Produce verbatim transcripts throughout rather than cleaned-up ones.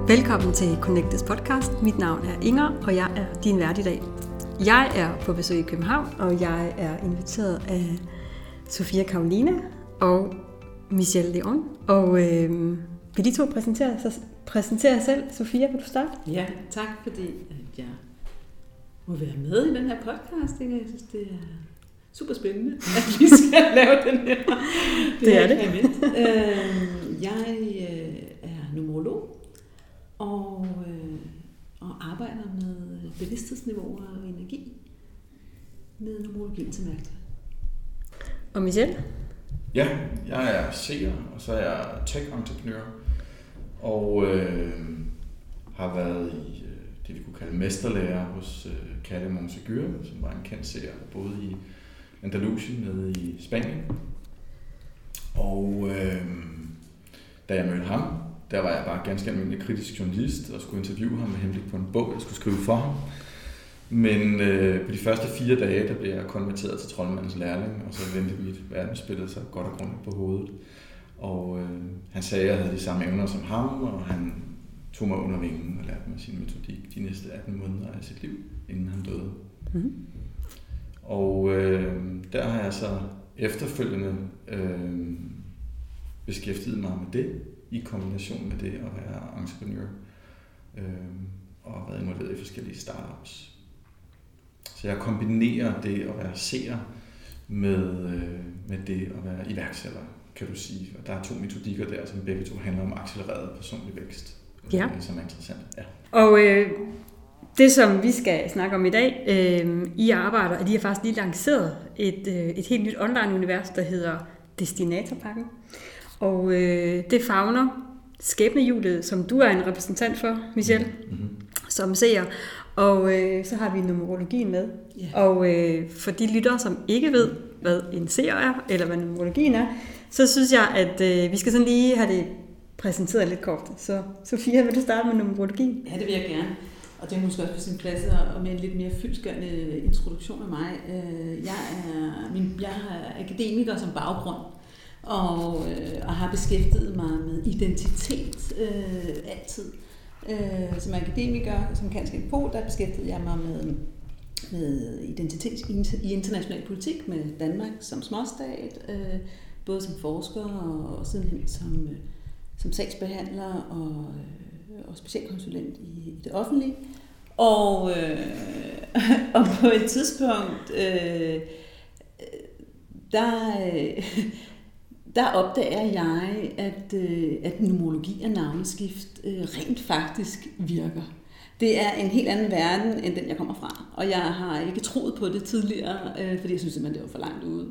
Velkommen til Connectes podcast. Mit navn er Inger, og jeg er din vært i dag. Jeg er på besøg i København, og jeg er inviteret af Sofia Caroline og Michelle Leon. Og øh, vil de to præsentere, sig, præsentere jer selv? Sofia, vil du starte? Ja, tak fordi jeg må være med i den her podcast. Jeg synes, det er super spændende, at vi skal lave den her. Det, det er det. Øh, jeg er numerolog og, øh, og arbejder med bevidsthedsniveauer og energi med numerologien som værktøj. Og Michelle? Ja, jeg er seer, og så er jeg tech-entreprenør, og øh, har været i øh, det, vi kunne kalde mesterlærer hos øh, Kalle Monsegur, som var en kendt seer, der boede i Andalusien nede i Spanien. Og øh, da jeg mødte ham, der var jeg bare ganske almindelig kritisk journalist og skulle interviewe ham med henblik på en bog, jeg skulle skrive for ham. Men øh, på de første fire dage, der blev jeg konverteret til troldmandens lærling, og så vendte mit verdensbillede sig godt og grundigt på hovedet. Og øh, han sagde, at jeg havde de samme evner som ham, og han tog mig under vingen og lærte mig sin metodik de næste atten måneder af sit liv, inden han døde. Mm-hmm. Og øh, der har jeg så efterfølgende øh, beskæftiget mig med det, i kombination med det at være entreprenør, øh, og har været involveret i forskellige startups. Så jeg kombinerer det at være seer med, øh, med det at være iværksætter, kan du sige. Og der er to metodikker der, som begge to handler om accelereret personlig vækst, ja. Det, som er interessant. Ja. Og øh, det, som vi skal snakke om i dag, øh, I arbejder, og de har faktisk lige lanceret et, øh, et helt nyt online-univers, der hedder Destinatorpakken. Og øh, det favner skæbnehjulet, som du er en repræsentant for, Michelle, mm-hmm. som seer. Og øh, så har vi numerologien med. Yeah. Og øh, for de lyttere, som ikke ved, hvad en seer er, eller hvad numerologien er, så synes jeg, at øh, vi skal sådan lige have det præsenteret lidt kort. Så Sofia, vil du starte med numerologien? Ja, det vil jeg gerne. Og det er måske også på sin plads og med en lidt mere fyldestgørende introduktion af mig. Jeg er, min, jeg er akademiker som baggrund, og, og har beskæftiget mig med identitet øh, altid. Øh, som akademiker, som kanskje en pol, der beskæftigede jeg mig med, med identitet i international politik, med Danmark som småstat, øh, både som forsker og, og sidenhen som, som sagsbehandler og, og specialkonsulent i, i det offentlige. Og, øh, og på et tidspunkt, øh, der... Øh, Der opdager jeg, at, at numerologi og navneskift rent faktisk virker. Det er en helt anden verden, end den jeg kommer fra. Og jeg har ikke troet på det tidligere, fordi jeg synes simpelthen, det var for langt ude.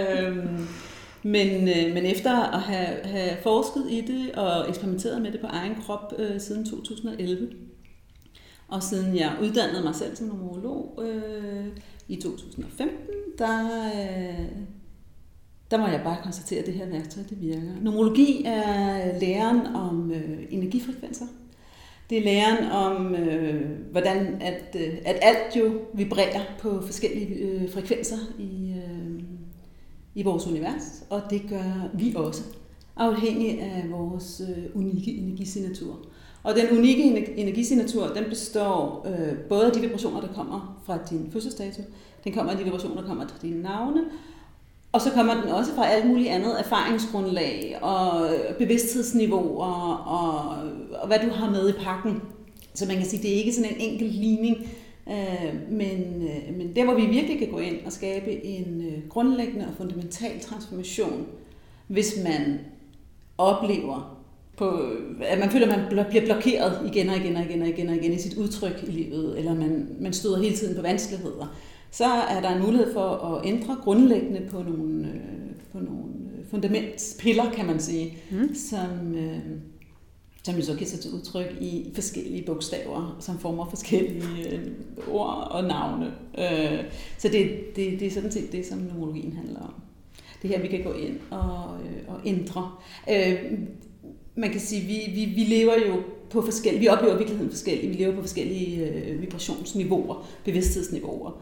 Men, men efter at have, have forsket i det og eksperimenteret med det på egen krop siden to tusind og elleve, og siden jeg uddannede mig selv som numerolog i to tusind og femten, der... Der må jeg bare konstatere, at det her værktøj, det virker. Numerologi er læren om øh, energifrekvenser. Det er læren om, øh, hvordan at, øh, at alt jo vibrerer på forskellige øh, frekvenser i, øh, i vores univers. Og det gør vi også, afhængig af vores øh, unikke energisignatur. Og den unikke energisignatur, den består øh, både af de vibrationer, der kommer fra din fødselsdato, den kommer af de vibrationer, der kommer fra dine navne, og så kommer den også fra alt muligt andet erfaringsgrundlag og bevidsthedsniveau og, og, og hvad du har med i pakken. Så man kan sige, det er ikke sådan en enkelt ligning, øh, men, øh, men der hvor vi virkelig kan gå ind og skabe en øh, grundlæggende og fundamental transformation, hvis man oplever, på, at man føler, at man bliver blokeret igen og igen og igen og igen og igen i sit udtryk i livet, eller man, man støder hele tiden på vanskeligheder, så er der en mulighed for at ændre grundlæggende på nogle, øh, på nogle fundamentspiller, kan man sige, mm. som, øh, som jo så kan sætte udtryk i forskellige bogstaver, som former forskellige øh, ord og navne. Øh, så det, det, det er sådan set det, som numerologien handler om. Det her, vi kan gå ind og, øh, og ændre. Øh, man kan sige, vi, vi, vi lever jo på forskellige, vi oplever virkeligheden forskellige, vi lever på forskellige øh, vibrationsniveauer, bevidsthedsniveauer.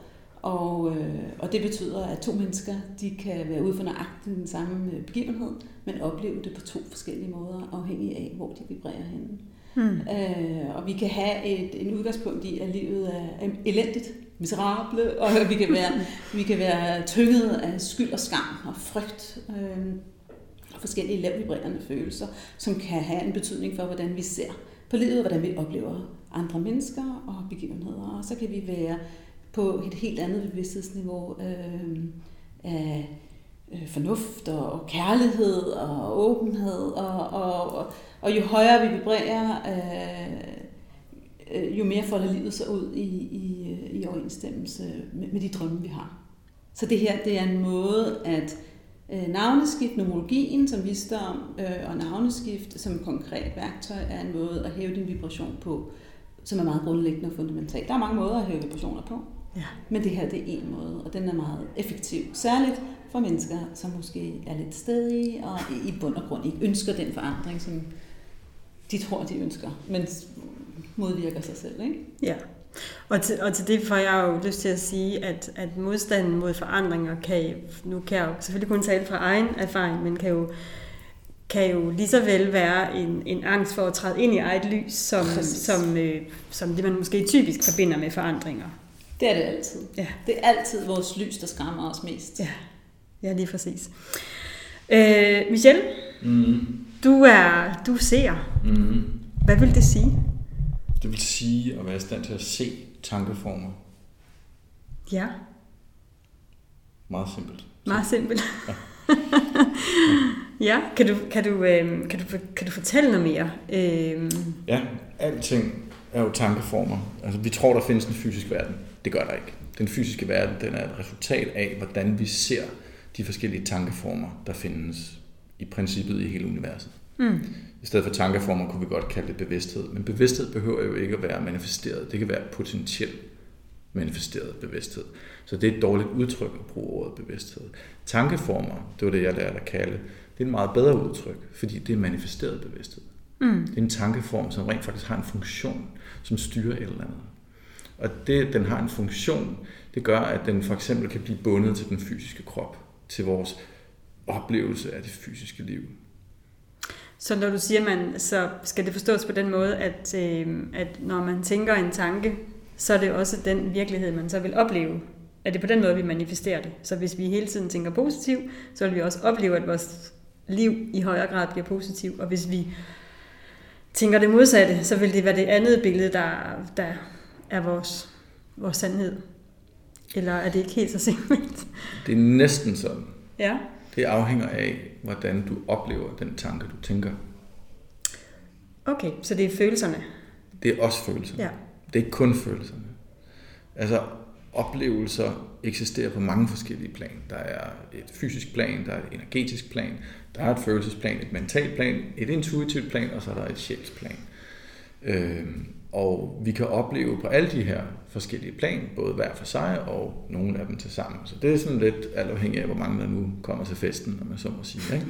Og, øh, og det betyder, at to mennesker de kan være ude for nøjagtigt den samme begivenhed, men opleve det på to forskellige måder, afhængig af, hvor de vibrerer henne. Mm. Øh, og vi kan have et, en udgangspunkt i, at livet er elendigt, miserable, og vi kan være, vi kan være tynget af skyld og skam og frygt øh, og forskellige lavt vibrerende følelser, som kan have en betydning for, hvordan vi ser på livet, hvordan vi oplever andre mennesker og begivenheder. Og så kan vi være på et helt andet bevidsthedsniveau øh, af øh, fornuft og kærlighed og åbenhed, og, og, og, og jo højere vi vibrerer, øh, jo mere folder livet sig ud i, i, i overensstemmelse med, med de drømme, vi har. Så det her, det er en måde at øh, navneskift, nomologien som visdom øh, og navneskift som konkret værktøj er en måde at hæve din vibration på, som er meget grundlæggende og fundamental. Der er mange måder at hæve vibrationer på. Ja. Men det her, det er en måde, og den er meget effektiv. Særligt for mennesker, som måske er lidt stedige og i bund og grund ikke ønsker den forandring, som de tror, de ønsker, men modvirker sig selv, ikke? Ja, og til, og til det får jeg jo lyst til at sige, at, at modstanden mod forandringer kan, nu kan jeg jo selvfølgelig kun tale fra egen erfaring, men kan jo, kan jo lige så vel være en, en angst for at træde ind i eget lys, som, som, øh, som det man måske typisk forbinder med forandringer. Det er det altid. Ja. Det er altid vores lys, der skræmmer os mest. Ja, ja lige præcis. Øh, Michel, mm. du er du ser. Mm. Hvad vil det sige? Det vil sige at være i stand til at se tankeformer. Ja. Meget simpelt. Meget simpelt. Ja. Ja, kan du, kan, du, øh, kan, du, kan du fortælle noget mere? Øh... Ja, alting er jo tankeformer. Altså, vi tror, der findes en fysisk verden. Det gør der ikke. Den fysiske verden, den er et resultat af, hvordan vi ser de forskellige tankeformer, der findes i princippet i hele universet. Mm. I stedet for tankeformer kunne vi godt kalde det bevidsthed. Men bevidsthed behøver jo ikke at være manifesteret. Det kan være potentielt manifesteret bevidsthed. Så det er et dårligt udtryk at bruge ordet bevidsthed. Tankeformer, det var det, jeg lærte at kalde, det er et meget bedre udtryk, fordi det er manifesteret bevidsthed. Mm. Det er en tankeform, som rent faktisk har en funktion, som styrer et eller andet. Og det, den har en funktion, det gør, at den for eksempel kan blive bundet til den fysiske krop, til vores oplevelse af det fysiske liv. Så når du siger, man, så skal det forstås på den måde, at, øh, at når man tænker en tanke, så er det også den virkelighed, man så vil opleve. Er det på den måde, vi manifesterer det? Så hvis vi hele tiden tænker positivt, så vil vi også opleve, at vores liv i højere grad bliver positivt. Og hvis vi tænker det modsatte, så vil det være det andet billede, der, der er vores, vores sandhed. Eller er det ikke helt så simpelt? Det er næsten sådan. Ja. Det afhænger af, hvordan du oplever den tanke, du tænker. Okay, så det er følelserne? Det er også følelserne. Ja. Det er ikke kun følelserne. Altså, oplevelser eksisterer på mange forskellige plan. Der er et fysisk plan, der er et energetisk plan, der er et følelsesplan, et mentalt plan, et intuitivt plan, og så er der et sjælsplan. Øhm, og vi kan opleve på alle de her forskellige plan, både hver for sig og nogle af dem til sammen. Så det er sådan lidt alt afhængigt af, hvor mange der nu kommer til festen, om man så må sige. Ikke?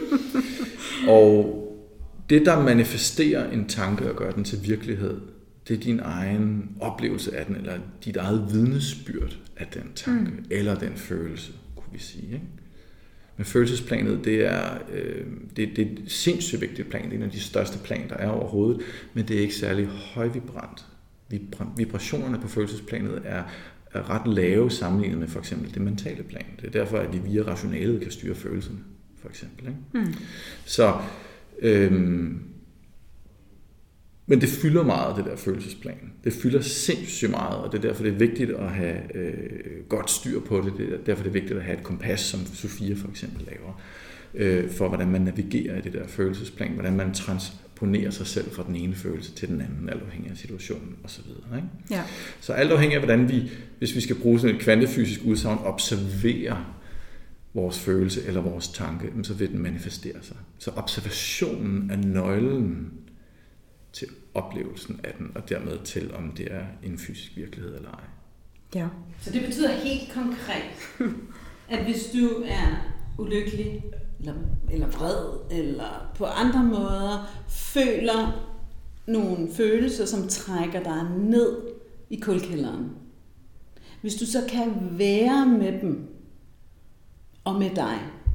Og det, der manifesterer en tanke og gør den til virkelighed, det er din egen oplevelse af den, eller dit eget vidnesbyrd af den tanke, mm. eller den følelse, kunne vi sige. Ikke? Men følelsesplanet, det er, øh, det, det er et sindssygt vigtigt plan. Det er en af de største plan, der er overhovedet, men det er ikke særlig højvibrant. Vibrationerne på følelsesplanet er, er ret lave sammenlignet med for eksempel det mentale plan. Det er derfor, at vi via rationalet kan styre følelserne, for eksempel. Ikke? Mm. Så, øh, men det fylder meget, det der følelsesplan. Det fylder sindssygt meget, og det er derfor, det er vigtigt at have øh, godt styr på det. Det er derfor, det er vigtigt at have et kompas, som Sofia for eksempel laver, øh, for hvordan man navigerer i det der følelsesplan, hvordan man transponerer sig selv fra den ene følelse til den anden, alt afhængig af situationen osv. Ikke? Ja. Så alt afhængig af, hvordan vi, hvis vi skal bruge sådan et kvantefysisk udsagn, observerer vores følelse eller vores tanke, så vil den manifestere sig. Så observationen er nøglen til oplevelsen af den, og dermed til, om det er en fysisk virkelighed eller ej. Ja. Så det betyder helt konkret, at hvis du er ulykkelig, eller, eller vred, eller på andre måder føler nogle følelser, som trækker dig ned i kulkælderen, Hvis du så kan være med dem og med dig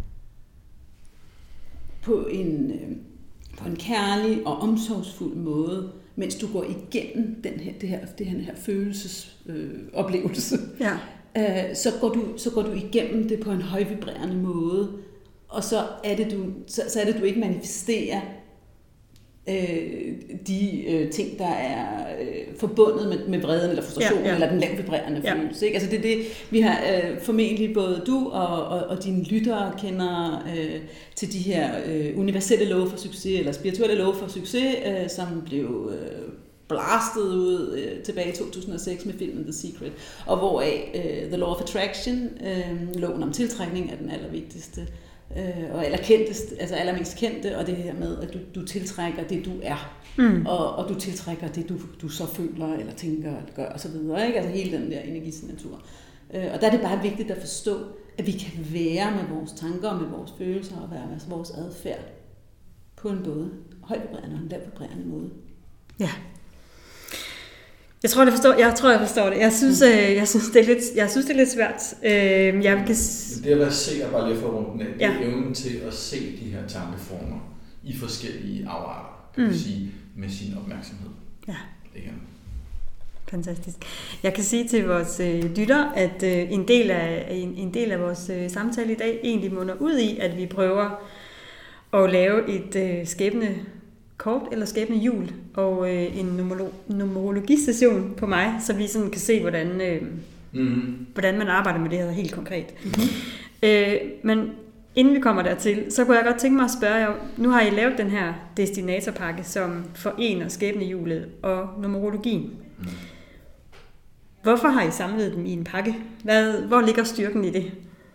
på en, på en kærlig og omsorgsfuld måde, mens du går igennem den her, det her, det her, her følelsesoplevelse, øh, ja. øh, så, går du, så går du igennem det på en højvibrerende måde, og så er det, du, så, så er det, du ikke manifesterer øh, de øh, ting, der er øh, forbundet med, med vreden eller frustrationen, ja, ja. eller den lavvibrerende ja. følelse. Ikke? Altså det er det, vi har øh, formentlig både du og, og, og dine lyttere kender øh, til de her øh, universelle love for succes, eller spirituelle love for succes, øh, som blev øh, blastet ud øh, tilbage i to tusind og seks med filmen The Secret, og hvoraf øh, The Law of Attraction, øh, loven om tiltrækning, er den allervigtigste og allerkendtest, altså allermest kendte, og det her med, at du, du tiltrækker det, du er, mm. og, og du tiltrækker det, du, du så føler, eller tænker, eller gør, og så videre, ikke? Altså hele den der energisignatur. Og der er det bare vigtigt at forstå, at vi kan være med vores tanker, og med vores følelser, og være med vores adfærd på en både højvibrerende og en lavvibrerende måde. Ja. Jeg tror, jeg forstår, jeg tror, jeg forstår det. Jeg synes, mm. øh, jeg synes, det er lidt, jeg synes, det er lidt svært. Øh, jeg kan... Det at være sikker, bare lige for runden af, det er ja. evnen til at se de her tankeformer i forskellige afarter, kan mm. man sige, med sin opmærksomhed. Ja. Igen. Fantastisk. Jeg kan sige til vores øh, lytter, at øh, en, del af, en, en del af vores øh, samtale i dag egentlig munder ud i, at vi prøver at lave et øh, skæbne kort eller skæbne hjul og øh, en numerolo- numerologistation på mig, så vi sådan kan se, hvordan, øh, mm-hmm. hvordan man arbejder med det her helt konkret. Mm-hmm. Øh, men inden vi kommer dertil, så kunne jeg godt tænke mig at spørge jer, nu har I lavet den her destinatorpakke, som forener skæbnehjulet og numerologien. Mm. Hvorfor har I samlet dem i en pakke? Hvad, hvor ligger styrken i det?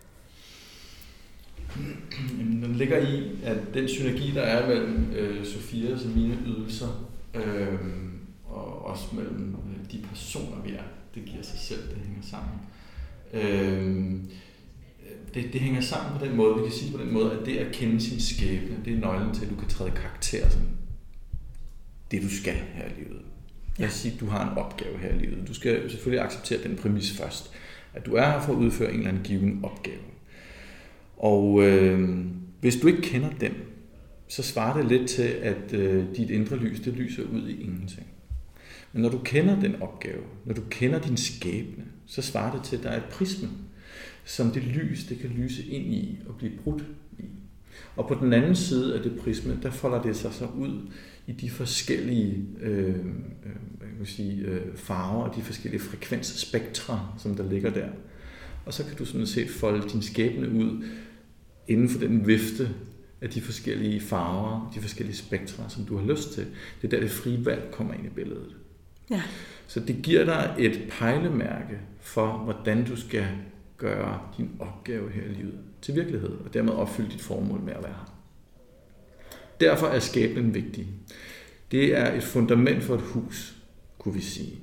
Den ligger i, at den synergi, der er mellem øh, Sofias og mine ydelser, øh, og også mellem øh, de personer, vi er, det giver sig selv, det hænger sammen. Øh, det, det hænger sammen på den måde, vi kan sige på den måde, at det at kende sin skæbne, det er nøglen til, at du kan træde karakter som det, du skal her i livet. Lad os sige, at du har en opgave her i livet. Du skal selvfølgelig acceptere den præmis først, at du er her for at udføre en eller anden given opgave. Og øh, hvis du ikke kender den, så svarer det lidt til, at øh, dit indre lys, det lyser ud i ingenting. Men når du kender den opgave, når du kender din skæbne, så svarer det til, at der er et prisme, som det lys, det kan lyse ind i og blive brudt i. Og på den anden side af det prisme, der folder det sig så ud i de forskellige øh, øh, jeg kan sige, øh, farver og de forskellige frekvensspektre, som der ligger der. Og så kan du sådan set folde din skæbne ud inden for den vifte af de forskellige farver, de forskellige spektre, som du har lyst til. Det er der, det frie valg kommer ind i billedet. Ja. Så det giver dig et pejlemærke for, hvordan du skal gøre din opgave her i livet til virkelighed, og dermed opfylde dit formål med at være her. Derfor er skæbnen vigtig. Det er et fundament for et hus, kunne vi sige.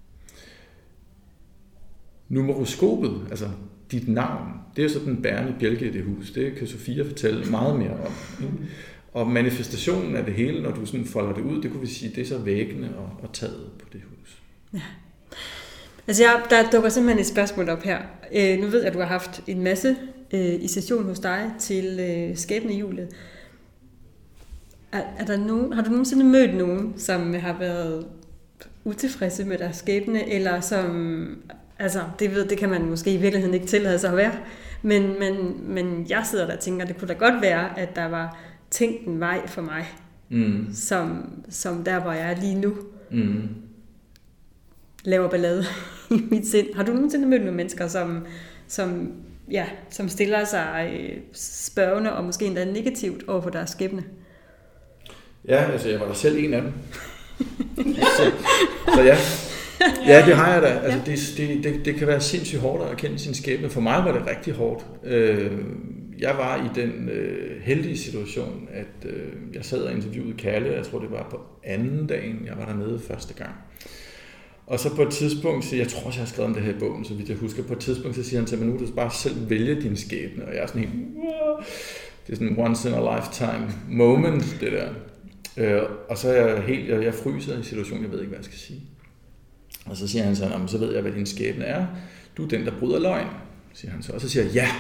Numeroskopet, altså dit navn, det er jo så den bærende bjælke i det hus. Det kan Sofia fortælle meget mere om. Ikke? Og manifestationen af det hele, når du sådan folder det ud, det kunne vi sige, det er så væggene og, og taget på det hus. Ja. Altså jeg, der dukker simpelthen et spørgsmål op her. Øh, nu ved jeg, at du har haft en masse øh, i session hos dig til øh, skæbnehjulet. Er, er der nogen, har du nogensinde mødt nogen, som har været utilfredse med deres skæbne, eller som, altså det, ved, det kan man måske i virkeligheden ikke tillade sig at være, men, men, men jeg sidder der og tænker, det kunne da godt være, at der var tænkt en vej for mig, mm. som, som der, hvor jeg er lige nu, mm. laver ballade i mit sind. Har du nogensinde mødt nogle mennesker, som, som, ja, som stiller sig spørgende og måske endda negativt over for deres skæbne? Ja, altså jeg var der selv en af dem. så, så ja. Ja, det har jeg da. Altså, det, det, det, det kan være sindssygt hårdt at erkende sin skæbne. For mig var det rigtig hårdt. Jeg var i den heldige situation, at jeg sad og interviewede Kalle. Jeg tror, det var på anden dagen, jeg var dernede første gang. Og så på et tidspunkt, så jeg tror også, jeg har skrevet om det her i bogen, så vidt jeg husker, på et tidspunkt, så siger han til mig, nu du bare selv vælge din skæbne. Og jeg er sådan helt, det er sådan en once in a lifetime moment, det der. Øh, og så er jeg helt, jeg, jeg fryser i situationen, jeg ved ikke, hvad jeg skal sige. Og så siger han så, så ved jeg, hvad din skæbne er. du er den, der bryder løgn, siger han så. Og så siger jeg, ja.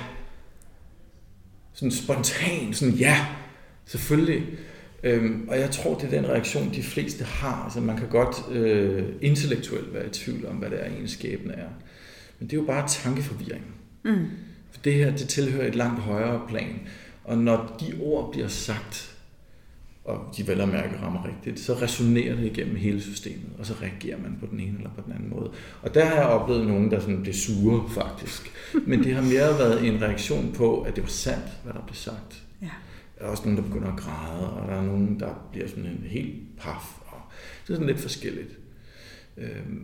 Sådan spontan, sådan ja, selvfølgelig. Øhm, og jeg tror, det er den reaktion, de fleste har. Altså man kan godt øh, intellektuelt være i tvivl om, hvad det er, ens skæbne er. Men det er jo bare tankeforvirring. Mm. For det her, det tilhører et langt højere plan. Og når de ord bliver sagt, og de vel og mærke rammer rigtigt, så resonerer det igennem hele systemet, og så reagerer man på den ene eller på den anden måde. Og der har jeg oplevet nogen, der sådan blev sure faktisk. Men det har mere været en reaktion på, at det var sandt, hvad der blev sagt. Ja. Der er også nogen, der begynder at græde, og der er nogen, der bliver sådan en helt paf. Og det er sådan lidt forskelligt. Øhm,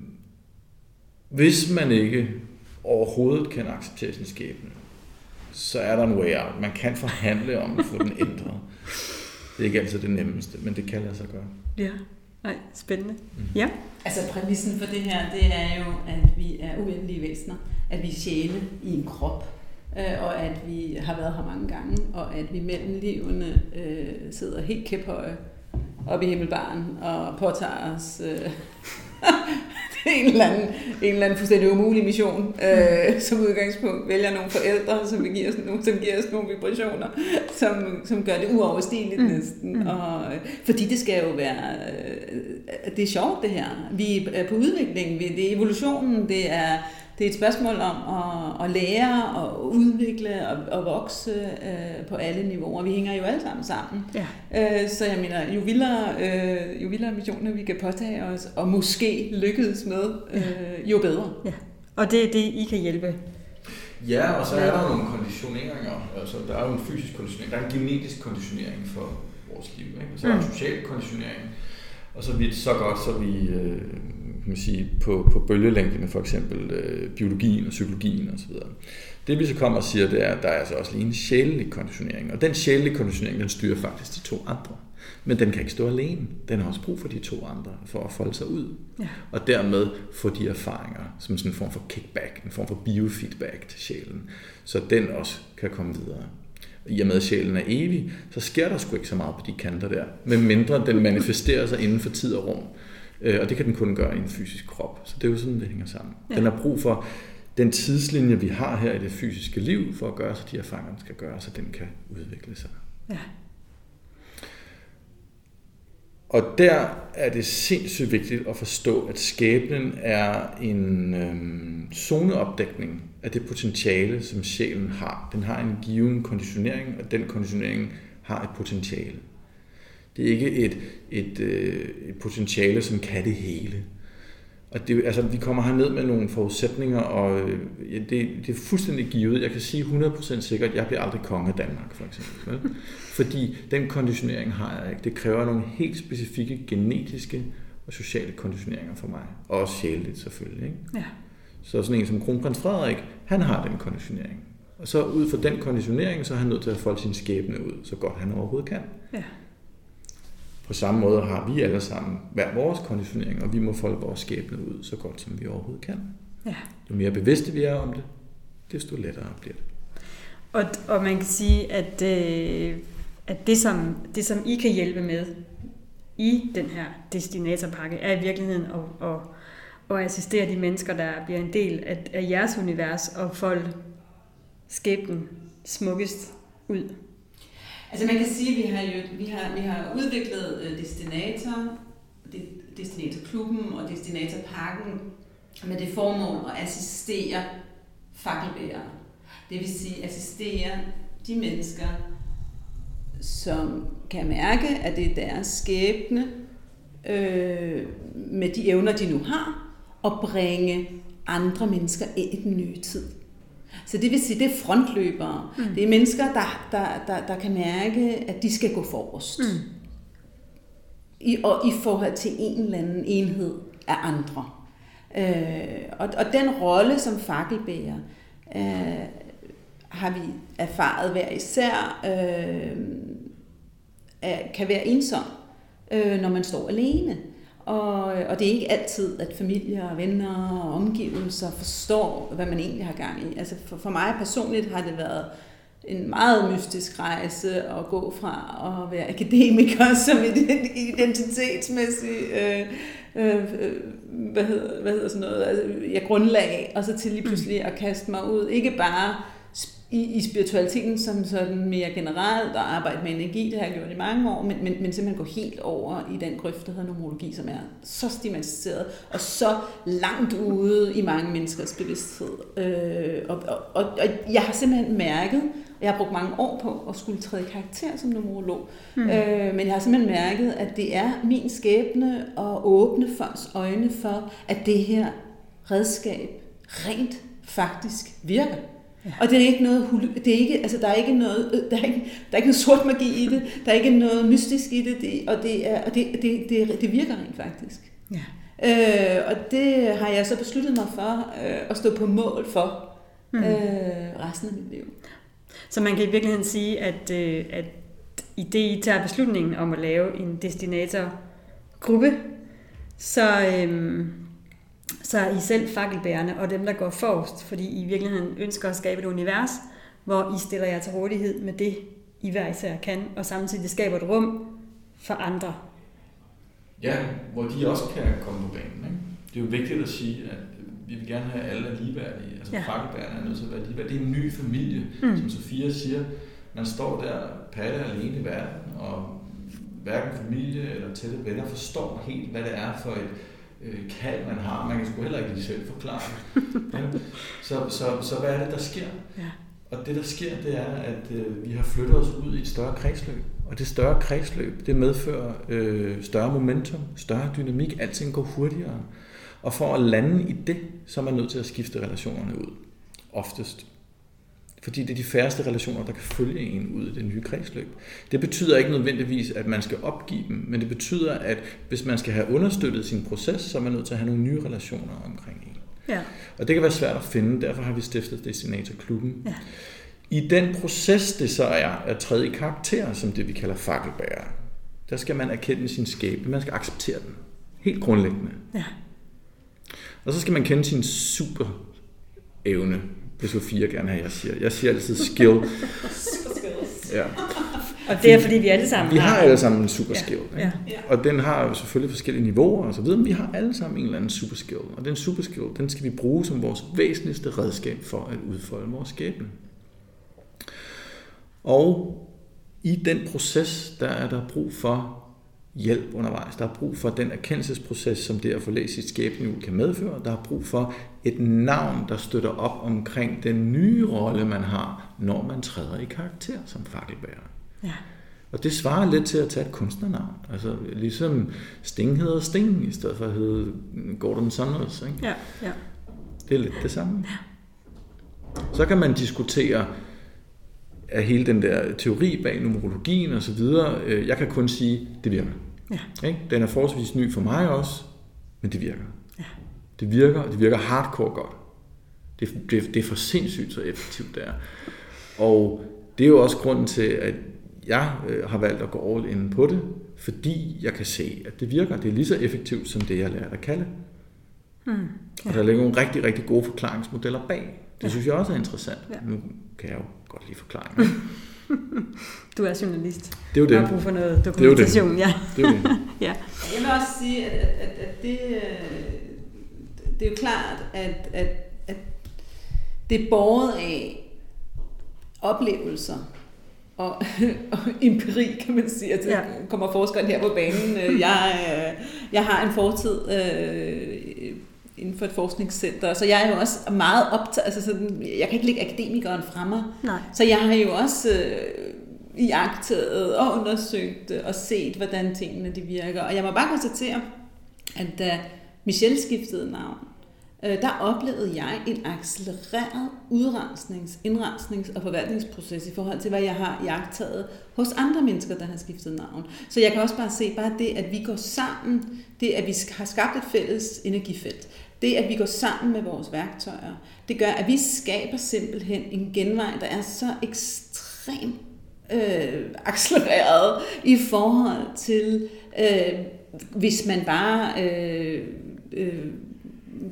hvis man ikke overhovedet kan acceptere sin skæbne, så er der en way out. Man kan forhandle om at få den ændret. Det er ikke altid det nemmeste, men det kan lade sig gøre. Ja, nej, spændende. Mm. Ja. Altså præmissen for det her, det er jo, at vi er uendelige væsener, at vi er sjæle i en krop, øh, og at vi har været her mange gange, og at vi mellem livene øh, sidder helt kæphøje oppe i himmelbaren og påtager os øh, en eller anden, en eller anden fuldstændig umulig mission, øh, som udgangspunkt vælger nogle forældre, som giver os nogle, som giver os nogle vibrationer, som, som gør det uoverstigeligt mm. næsten. Mm. Og, fordi det skal jo være, øh, det er sjovt det her. Vi er på udvikling, det er evolutionen, det er, det er et spørgsmål om at, at lære og udvikle og, og vokse øh, på alle niveauer. Vi hænger jo alle sammen sammen. Ja. Øh, så jeg mener, jo vildere, øh, jo vildere missioner vi kan påtage os, og måske lykkes med, øh, jo bedre. Ja. Og det er det, I kan hjælpe? Ja, og så er der nogle konditioneringer. Altså, der er jo en fysisk konditionering, der er en genetisk konditionering for vores liv. Ikke? Og så er der en social konditionering. Og så er vi så godt, så vi... Øh, kan man sige, på, på bølgelængde med for eksempel øh, biologien og psykologien osv. Det vi så kommer og siger, det er, at der er altså også lige en sjælelig konditionering. Og den sjælelige konditionering, den styrer faktisk de to andre. Men den kan ikke stå alene. Den har også brug for de to andre for at folde sig ud. Ja. Og dermed få de erfaringer som sådan en form for kickback, en form for biofeedback til sjælen. Så den også kan komme videre. I og med at sjælen er evig, så sker der sgu ikke så meget på de kanter der. Men mindre den manifesterer sig inden for tid og rum. Og det kan den kun gøre i en fysisk krop. Så det er jo sådan, det hænger sammen. Ja. Den har brug for den tidslinje, vi har her i det fysiske liv, for at gøre, så de erfaringer skal gøre, så den kan udvikle sig. Ja. Og der er det sindssygt vigtigt at forstå, at skæbnen er en øhm, zoneopdækning af det potentiale, som sjælen har. Den har en given konditionering, og den konditionering har et potentiale. Det er ikke et, et, et potentiale, som kan det hele. Og det, altså, vi kommer herned med nogle forudsætninger, og ja, det, det er fuldstændig givet. Jeg kan sige hundrede procent sikkert, at jeg bliver aldrig konge af Danmark, for eksempel. Vel? Fordi den konditionering har jeg ikke. Det kræver nogle helt specifikke genetiske og sociale konditioneringer for mig. Og også sjæleligt selvfølgelig. Ikke? Ja. Så sådan en som kronprins Frederik, han har den konditionering. Og så ud fra den konditionering, så er han nødt til at folde sin skæbne ud, så godt han overhovedet kan. Ja. På samme måde har vi alle sammen hver vores konditionering, og vi må folde vores skæbne ud så godt, som vi overhovedet kan. Ja. Jo mere bevidste vi er om det, desto lettere bliver det. Og, og man kan sige, at, øh, at det, som, det, som I kan hjælpe med i den her destinatorpakke, er i virkeligheden at, at, at assistere de mennesker, der bliver en del af, af jeres univers, og folde skæbnen smukkest ud. Altså man kan sige, at vi har, jo, vi har, vi har udviklet Destinator, Destinatorklubben og Destinatorpakken med det formål at assistere fakkelbærere. Det vil sige assistere de mennesker, som kan mærke, at det er deres skæbne øh, med de evner, de nu har, og bringe andre mennesker ind i den nye tid. Så det vil sige, det er frontløbere. Mm. Det er mennesker, der, der, der, der kan mærke, at de skal gå forrest. Mm. I, og i forhold til en eller anden enhed af andre. Øh, og, og den rolle som fakkelbærer øh, har vi erfaret hver især øh, kan være ensom, øh, når man står alene. Og, og det er ikke altid, at familie og venner og omgivelser forstår, hvad man egentlig har gang i. Altså for, for mig personligt har det været en meget mystisk rejse at gå fra at være akademiker som identitetsmæssig øh, øh, hvad, hedder, hvad hedder sådan noget, altså, ja, grundlag, og så til lige pludselig at kaste mig ud, ikke bare i, i spiritualiteten som sådan mere generelt, og arbejde med energi, det har jeg gjort i mange år, men, men, men simpelthen gå helt over i den grøft, der hedder numerologi, som er så stigmatiseret, og så langt ude i mange menneskers bevidsthed. Øh, og, og, og, og jeg har simpelthen mærket, og jeg har brugt mange år på at skulle træde i karakter som numerolog, mm. øh, men jeg har simpelthen mærket, at det er min skæbne at åbne folks øjne for, at det her redskab rent faktisk virker. Ja. Og det er ikke noget, det er ikke, altså der er ikke noget, der er ikke, der er ikke noget sort magi i det, der er ikke noget mystisk i det, det og det er, og det, det, det, det virker rent faktisk. Ja. Øh, og det har jeg så besluttet mig for øh, at stå på mål for mm. øh, resten af mit liv. Så man kan i virkeligheden sige, at, øh, at i det, I tager beslutningen om at lave en destinatorgruppe, så, øh, så er I selv fakkelbærende og dem, der går forrest, fordi I i virkeligheden ønsker at skabe et univers, hvor I stiller jer til rådighed med det, I hver især kan, og samtidig skaber et rum for andre. Ja, hvor de også kan komme på banen. Ikke? Det er jo vigtigt at sige, at vi vil gerne have alle ligeværdige. Altså ja. Fakkelbærerne er nødt til at være ligeværdige. Det er en ny familie, mm. som Sofia siger. Man står der patte alene i verden, og hverken familie eller tætte venner forstår helt, hvad det er for et øh, kald, man har. Man kan sgu heller ikke lige selv forklare det. Ja. Så, så, så hvad er det, der sker? Ja. Og det, der sker, det er, at øh, vi har flyttet os ud i et større kredsløb. Og det større kredsløb, det medfører øh, større momentum, større dynamik. Alting går hurtigere. Og for at lande i det, så er man nødt til at skifte relationerne ud. Oftest. Fordi det er de færreste relationer, der kan følge en ud i det nye kredsløb. Det betyder ikke nødvendigvis, at man skal opgive dem, men det betyder, at hvis man skal have understøttet sin proces, så er man nødt til at have nogle nye relationer omkring en. Ja. Og det kan være svært at finde, derfor har vi stiftet Destinatorklubben. Ja. I den proces, det så er at træde i karakter, som det vi kalder fakkelbærer, der skal man erkende sin skæbne, man skal acceptere den. Helt grundlæggende. Ja. Og så skal man kende sin super evne, hvis Sofia gerne har, jeg siger. Jeg siger altid skill. Ja. Og det er fordi vi alle sammen Vi har alle sammen en super skill. Ja. Ja. Og den har jo selvfølgelig forskellige niveauer og så videre, men vi har alle sammen en eller anden super skill. Og den super skill, den skal vi bruge som vores væsentligste redskab for at udfolde vores skæbne. Og i den proces, der er der brug for hjælp undervejs. Der er brug for den erkendelsesproces, som det at få læst sit skæbnehjul kan medføre. Der er brug for et navn, der støtter op omkring den nye rolle, man har, når man træder i karakter som fakkelbærer. Ja. Og det svarer lidt til at tage et kunstnernavn. Altså ligesom Sting hedder Sting, i stedet for at hedde Gordon Sanders. Ikke? Ja, ja. Det er lidt det samme. Så kan man diskutere af hele den der teori bag numerologien og så videre. Jeg kan kun sige, det virker. Ja. Ikke? Den er forholdsvis ny for mig også, men det virker. Ja. Det virker, og det virker hardcore godt. Det, det, det er for sindssygt så effektivt der. Og det er jo også grunden til, at jeg øh, har valgt at gå all in på det, fordi jeg kan se, at det virker. Det er lige så effektivt som det, jeg lærte at kalde. Mm. Ja. Og der ligger nogle rigtig, rigtig gode forklaringsmodeller bag. Det ja. Synes jeg også er interessant. Ja. Nu kan jeg jo godt lide forklaringer. Du er journalist. Det er jo det. Du har brug for noget dokumentation. Det er jo det. Ja. Det er jo det. Ja. Jeg vil også sige, at, at, at det, det er jo klart, at, at, at det er båret af oplevelser og, og empiri, kan man sige. Altså, ja. Kommer forskeren her på banen. Jeg, jeg har en fortid øh, inden for et forskningscenter, så jeg er jo også meget optaget, altså sådan, jeg kan ikke lægge akademikeren fra mig. Nej. Så jeg har jo også øh, iagttaget og undersøgt og set, hvordan tingene de virker. Og jeg må bare konstatere, at da Michelle skiftede navn, øh, der oplevede jeg en accelereret udrensnings-, indrensnings- og forvaltningsproces i forhold til, hvad jeg har iagttaget hos andre mennesker, der har skiftet navn. Så jeg kan også bare se, bare det, at vi går sammen, det, at vi har skabt et fælles energifelt, det, at vi går sammen med vores værktøjer, det gør, at vi skaber simpelthen en genvej, der er så ekstremt øh, accelereret i forhold til, øh, hvis man bare øh, øh,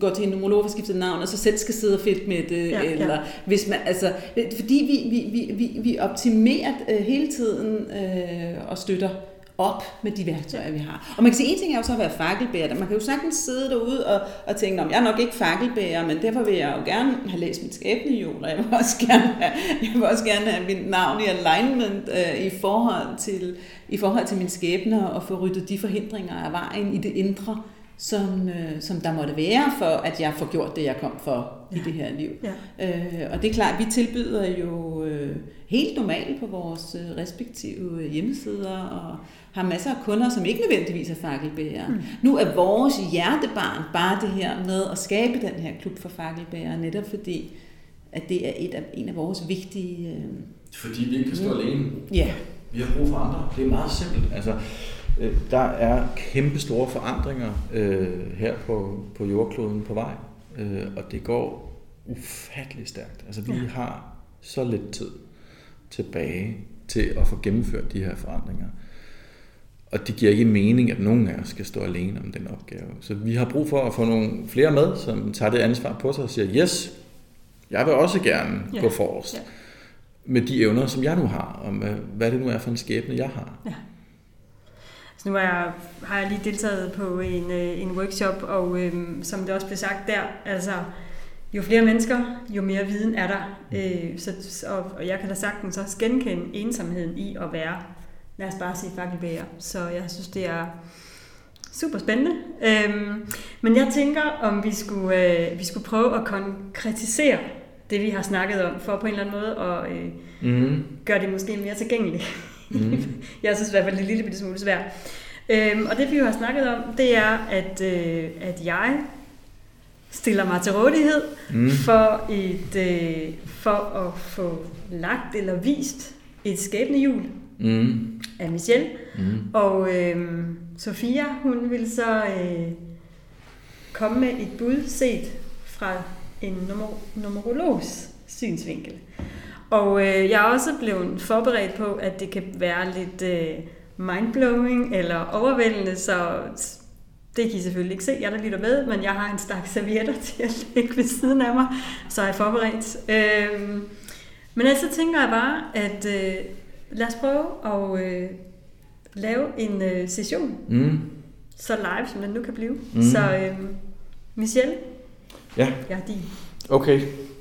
går til en numerolog og skifter navn, og så selv skal sidde og fedt med det, ja, eller ja. Hvis man, altså, fordi vi, vi, vi, vi, vi optimerer øh, hele tiden øh, og støtter op med de værktøjer, vi har. Og man kan sige, en ting er jo så at være fakkelbærer. Man kan jo sagtens sidde derude og, og tænke, jeg er nok ikke fakkelbærer, men derfor vil jeg jo gerne have læst mit skæbnehjul, og jeg vil også gerne have, jeg vil også gerne have mit navn i alignment øh, i, forhold til, i forhold til min skæbne, og få ryddet de forhindringer af vejen i det indre, som, øh, som der måtte være, for at jeg får gjort det, jeg kom for ja. i det her liv. Ja. Øh, og det er klart, vi tilbyder jo øh, helt normalt på vores øh, respektive hjemmesider, og har masser af kunder, som ikke nødvendigvis er fakkelbærere. Mm. Nu er vores hjertebarn bare det her med at skabe den her klub for fakkelbærere, netop fordi, at det er et af, en af vores vigtige... Øh, fordi vi ikke kan stå mm. alene. Ja. Vi har brug for andre. Det er meget simpelt. Altså, der er kæmpe store forandringer øh, her på, på jordkloden på vej, øh, og det går ufatteligt stærkt. Altså, vi ja. har så lidt tid tilbage til at få gennemført de her forandringer. Og det giver ikke mening, at nogen af os skal stå alene om den opgave. Så vi har brug for at få nogle flere med, som tager det ansvar på sig og siger, yes, jeg vil også gerne ja. gå forrest ja. med de evner, som jeg nu har, og med, hvad det nu er for en skæbne, jeg har. Ja. Så nu har jeg, har jeg lige deltaget på en, en workshop, og øhm, som det også blev sagt der, altså jo flere mennesker, jo mere viden er der. Øh, så, og, og jeg kan da sagtens også genkende ensomheden i at være, lad os bare sige fakkelbærer. Så jeg synes, det er super spændende. Øhm, men jeg tænker, om vi skulle, øh, vi skulle prøve at konkretisere det, vi har snakket om, for på en eller anden måde at øh, mm. gøre det måske mere tilgængeligt. Mm. Jeg synes i hvert fald, det er en lille bitte smule svært. Øhm, og det, vi jo har snakket om, det er, at, øh, at jeg stiller mig til rådighed mm. for, et, øh, for at få lagt eller vist et skæbnehjul mm. af Michelle. Mm. Og øh, Sofia, hun vil så øh, komme med et bud set fra en numer- numerologs synsvinkel. Og øh, jeg er også blevet forberedt på, at det kan være lidt øh, mindblowing eller overvældende, så det kan I selvfølgelig ikke se, jeg der lytter med, men jeg har en stak servietter til at lægge ved siden af mig, så er jeg forberedt. Øh, men altså tænker jeg bare, at øh, lad os prøve at øh, lave en øh, session, mm. så live som den nu kan blive. Mm. Så øh, Michelle, ja. jeg er din. Okay.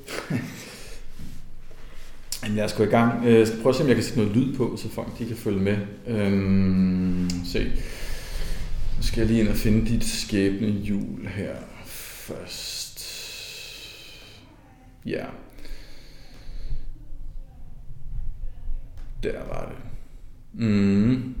Lad os gå i gang. Jeg skal prøve at se, om jeg kan sætte noget lyd på, så folk de kan følge med. Øhm, se. Nu skal jeg lige ind og finde dit skæbnehjul her først. Ja. Der var det. Mm.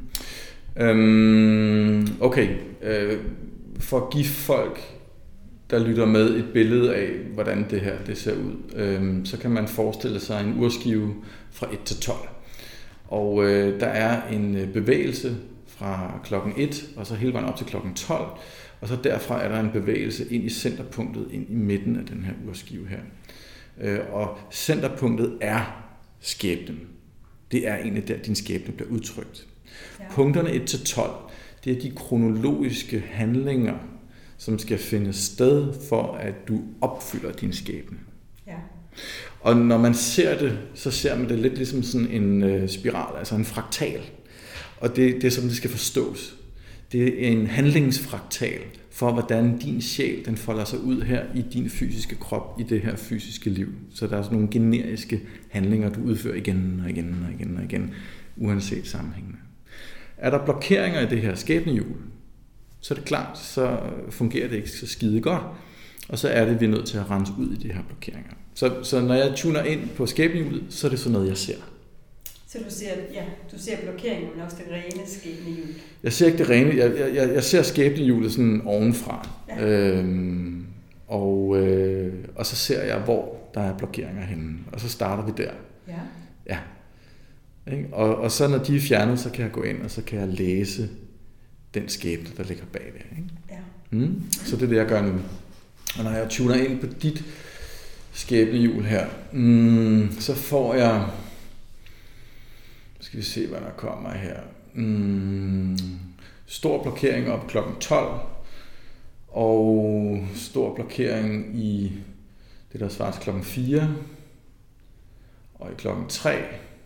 Øhm, okay. Øh, for at give folk, der lytter med, et billede af, hvordan det her det ser ud, øhm, så kan man forestille sig en urskive fra et til tolv. Og øh, der er en bevægelse fra klokken et, og så hele vejen op til klokken tolv, og så derfra er der en bevægelse ind i centerpunktet, ind i midten af den her urskive her. Øh, og centerpunktet er skæbnen. Det er egentlig der, din skæbne bliver udtrykt. Ja. Punkterne et til tolv, det er de kronologiske handlinger, som skal finde sted for, at du opfylder din skæbne. Ja. Og når man ser det, så ser man det lidt ligesom sådan en øh, spiral, altså en fraktal. Og det, det er som det skal forstås. Det er en handlingsfraktal for, hvordan din sjæl den folder sig ud her i din fysiske krop, i det her fysiske liv. Så der er sådan nogle generiske handlinger, du udfører igen og igen og igen og igen, uanset sammenhængene. Er der blokeringer i det her skæbnehjul, så er det klart, så fungerer det ikke så skide godt. Og så er det, vi er nødt til at rense ud i de her blokeringer. Så, så når jeg tuner ind på skæbnehjulet, så er det sådan noget, jeg ser. Så du ser, ja, du ser blokeringen, men også det rene skæbnehjul? Jeg ser ikke det rene. Jeg, jeg, jeg ser skæbnehjulet sådan ovenfra. Ja. Øhm, og, øh, og så ser jeg, hvor der er blokeringer henne. Og så starter vi der. Ja. Ja. Ikke? Og, og så når de er fjernet, så kan jeg gå ind, og så kan jeg læse den skæbne, der ligger bagved. Ikke? Ja. Mm? Så det er det, jeg gør nu. Og når jeg tuner ind på dit skæbnehjul her, mm, så får jeg... Skal vi se, hvad der kommer her. Mm, stor blokering op klokken tolv. Og stor blokering i det, der svarer til klokken fire, og i klokken tre.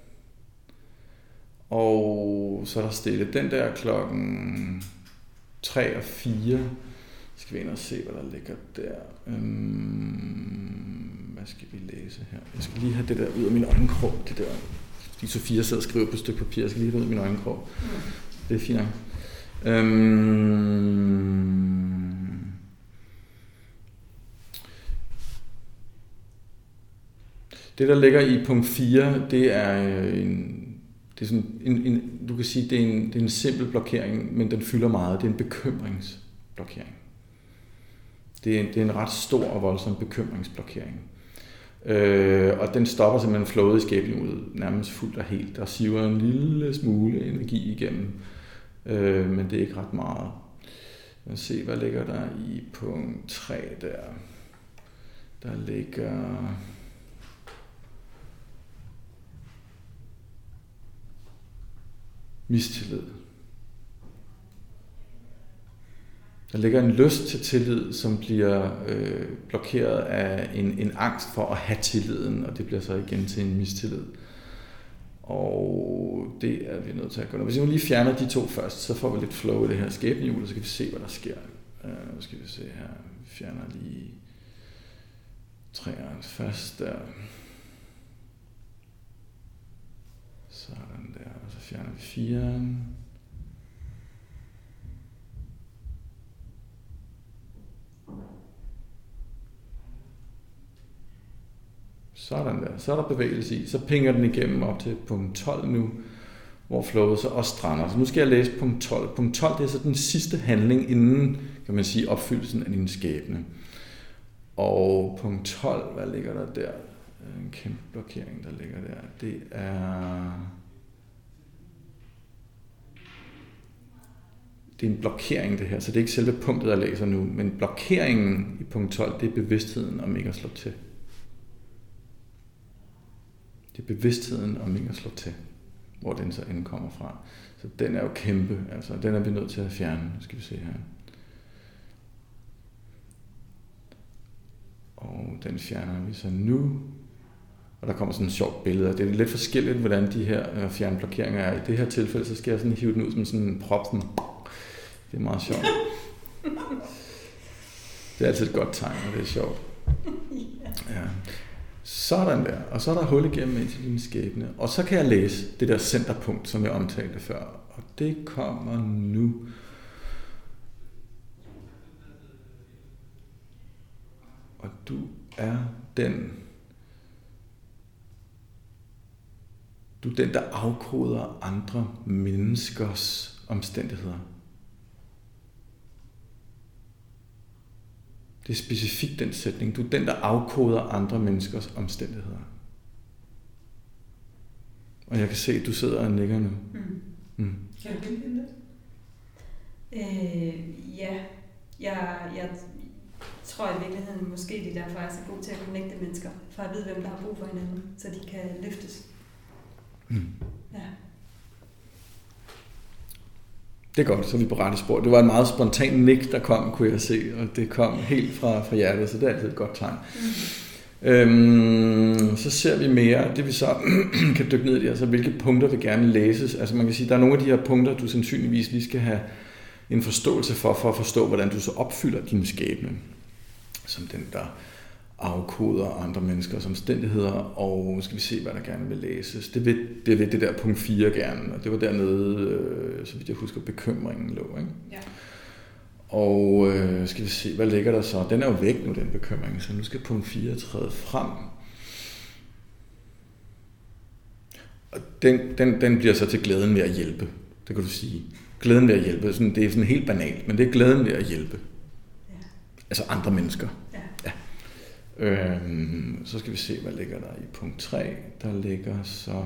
Og så er der stille den der klokken tre og fire. Så skal vi ind og se, hvad der ligger der. Øhm, hvad skal vi læse her? Jeg skal lige have det der ud af min øjenkrog. Det der. Fordi Sofia sidder og skriver på et stykke papir. Jeg skal lige have det ud af min øjenkrog. Det er fint. Øhm, det, der ligger i punkt fire, det er en... Det er sådan en, en, du kan sige, det er, en, det er en simpel blokering, men den fylder meget. Det er en bekymringsblokering. Det er, det er en ret stor og voldsom bekymringsblokering. Øh, og den stopper simpelthen flowet i skæbnehjulet nærmest fuldt og helt. Der siver en lille smule energi igennem, øh, men det er ikke ret meget. Lad os se, hvad ligger der i punkt tre der. Der ligger... mistillid. Der ligger en lyst til tillid, som bliver øh, blokeret af en, en angst for at have tilliden, og det bliver så igen til en mistillid. Og det er vi nødt til at gøre. Hvis vi lige fjerner de to først, så får vi lidt flow i det her skæbnehjul, og så kan vi se, hvad der sker. Uh, nu skal vi se her. Vi fjerner lige træerne først der. Sådan der, og så fjerner vi fireren. Sådan der, så er der bevægelse i. Så pinger den igennem op til punkt tolv nu, hvor flowet så også strander. Så nu skal jeg læse punkt tolv. Punkt tolv, det er så den sidste handling inden, kan man sige, opfyldelsen af din skæbne. Og punkt tolv, hvad ligger der der? En kæmpe blokering, der ligger der. Det er... Det er en blokering, det her. Så det er ikke selve punktet, jeg læser nu. Men blokeringen i punkt tolv, det er bevidstheden om ikke at slå til. Det er bevidstheden om ikke at slå til. Hvor den så end kommer fra. Så den er jo kæmpe. Altså, den er vi nødt til at fjerne. Nu skal vi se her. Og den fjerner vi så nu. Og der kommer sådan et sjovt billede. Det er lidt forskelligt, hvordan de her fjernblokeringer er. I det her tilfælde, så skal jeg sådan hive den ud som sådan en prop. Sådan. Det er meget sjovt. Det er altid et godt tegn, og det er sjovt. Ja. Sådan der. Og så er der hul igennem ind til din skæbne. Og så kan jeg læse det der centerpunkt, som jeg omtalte før. Og det kommer nu. Og du er den... Du er den, der afkoder andre menneskers omstændigheder. Det er specifikt den sætning. Du er den, der afkoder andre menneskers omstændigheder. Og jeg kan se, at du sidder og nikker nu. Mm. Mm. Kan du genkende det? Øh, ja, jeg, jeg tror i virkeligheden, måske de derfor er så gode til at connecte mennesker, for at vide, hvem der har brug for hinanden, så de kan løftes. Mm. Ja. Det er godt, så er vi på rette spor. Det var en meget spontan nik, der kom, kunne jeg se, og det kom helt fra, fra hjertet, så det er altid et godt tegn. Mm. Øhm, så ser vi mere, det vi så kan dykke ned i, altså hvilke punkter vil gerne læses. Altså man kan sige, der er nogle af de her punkter, du sandsynligvis lige skal have en forståelse for, for at forstå, hvordan du så opfylder din skæbne, som den, der afkoder andre menneskers omstændigheder, og skal vi se, hvad der gerne vil læses. Det vil det, vil det der punkt fire gerne, og det var dernede, øh, så vidt jeg husker, bekymringen lå, ikke? Ja. Og øh, skal vi se, hvad ligger der så? Den er jo væk nu, den bekymring, så nu skal punkt fire træde frem. Og den, den, den bliver så til glæden ved at hjælpe, det kan du sige. Glæden ved at hjælpe, sådan, det er sådan helt banalt, men det er glæden ved at hjælpe. Ja. Altså andre mennesker. Ja. Ja. Øhm, så skal vi se, hvad ligger der i punkt tre. Der ligger så...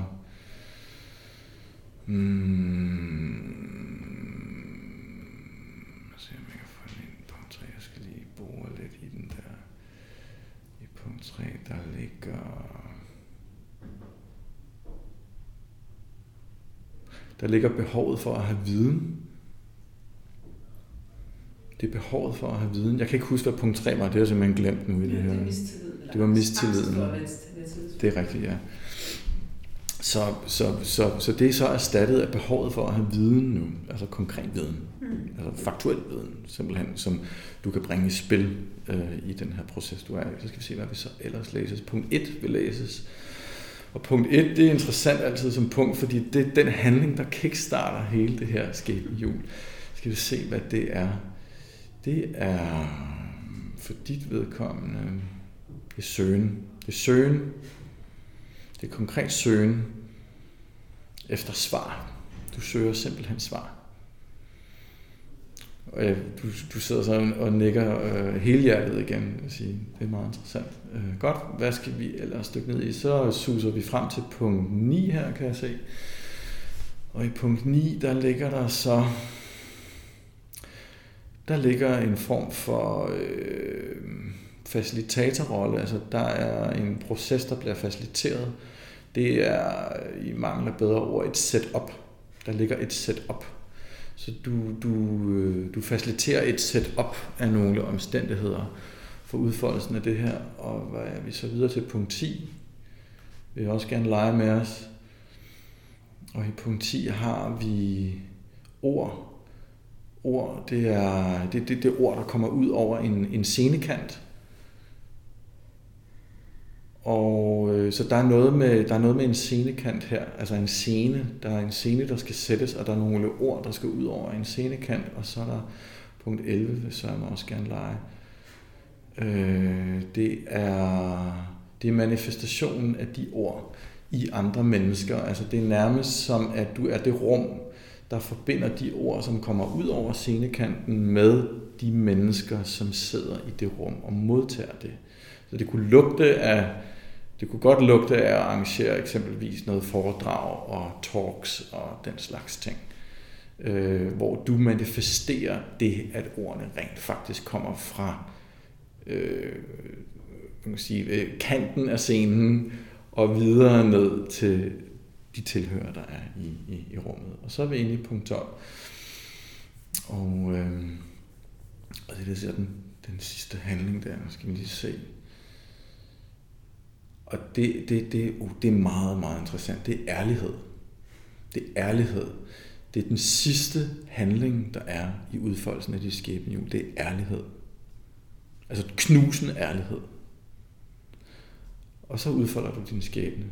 Hmm, lad os se, om jeg kan få den ind i punkt tre. Jeg skal lige bore lidt i den der. I punkt tre, der ligger... Der ligger behovet for at have viden. det er behovet for at have viden. Jeg kan ikke huske, hvad punkt tre var. Det har jeg simpelthen glemt nu i det her. Det er mistillid. Det var mistilliden. Det er rigtigt, ja. Så, så, så, så det er så erstattet af behovet for at have viden nu. Altså konkret viden. Mm. Altså faktuel viden, simpelthen, som du kan bringe i spil øh, i den her proces, du er i. Så skal vi se, hvad vi så ellers læses. Punkt et vil læses. Og punkt et, det er interessant altid som punkt, fordi det er den handling, der kickstarter hele det her skæbnehjul. Skal vi se, hvad det er. Det er for dit vedkommende, det er søgen. Det er søgen. Det er konkret søgen efter svar. Du søger simpelthen svar. Og ja, du, du sidder så og nikker øh, helhjertet igen. Jeg sige. Det er meget interessant. Øh, godt, hvad skal vi ellers dykke ned i? Så suser vi frem til punkt ni her, kan jeg se. Og i punkt ni, der ligger der så... Der ligger en form for øh, facilitatorrolle. Altså, der er en proces, der bliver faciliteret. Det er, i mangel af bedre ord, et setup. Der ligger et setup. Så du, du, du faciliterer et setup af nogle omstændigheder for udfoldelsen af det her. Og hvad er vi så videre til punkt ti? Vil jeg også gerne lege med os. Og i punkt ti har vi ord. Ord, det er det, det, det ord, der kommer ud over en, en scenekant. Og øh, så der er, noget med, der er noget med en scenekant her, altså en scene. Der er en scene, der skal sættes, og der er nogle ord, der skal ud over en scenekant. Og så er der punkt elleve, vil jeg også gerne lege. Øh, det, er, det er manifestationen af de ord i andre mennesker. Altså det er nærmest som, at du er det rum, der forbinder de ord, som kommer ud over scenekanten med de mennesker, som sidder i det rum og modtager det. Så det kunne lugte af, det kunne godt lugte af at arrangere eksempelvis noget foredrag og talks og den slags ting, øh, hvor du manifesterer det, at ordene rent faktisk kommer fra øh, man kan sige, kanten af scenen og videre ned til de tilhører, der er i, i, i rummet. Og så er vi inde i punkt tolv. Og, øh, og det er der den, den sidste handling der, skal vi lige se. Og det, det, det, uh, det er meget, meget interessant. Det er ærlighed. Det er ærlighed. Det er den sidste handling, der er i udfoldelsen af de skæbnehjul. Det er ærlighed. Altså knusende ærlighed. Og så udfolder du din skæbne.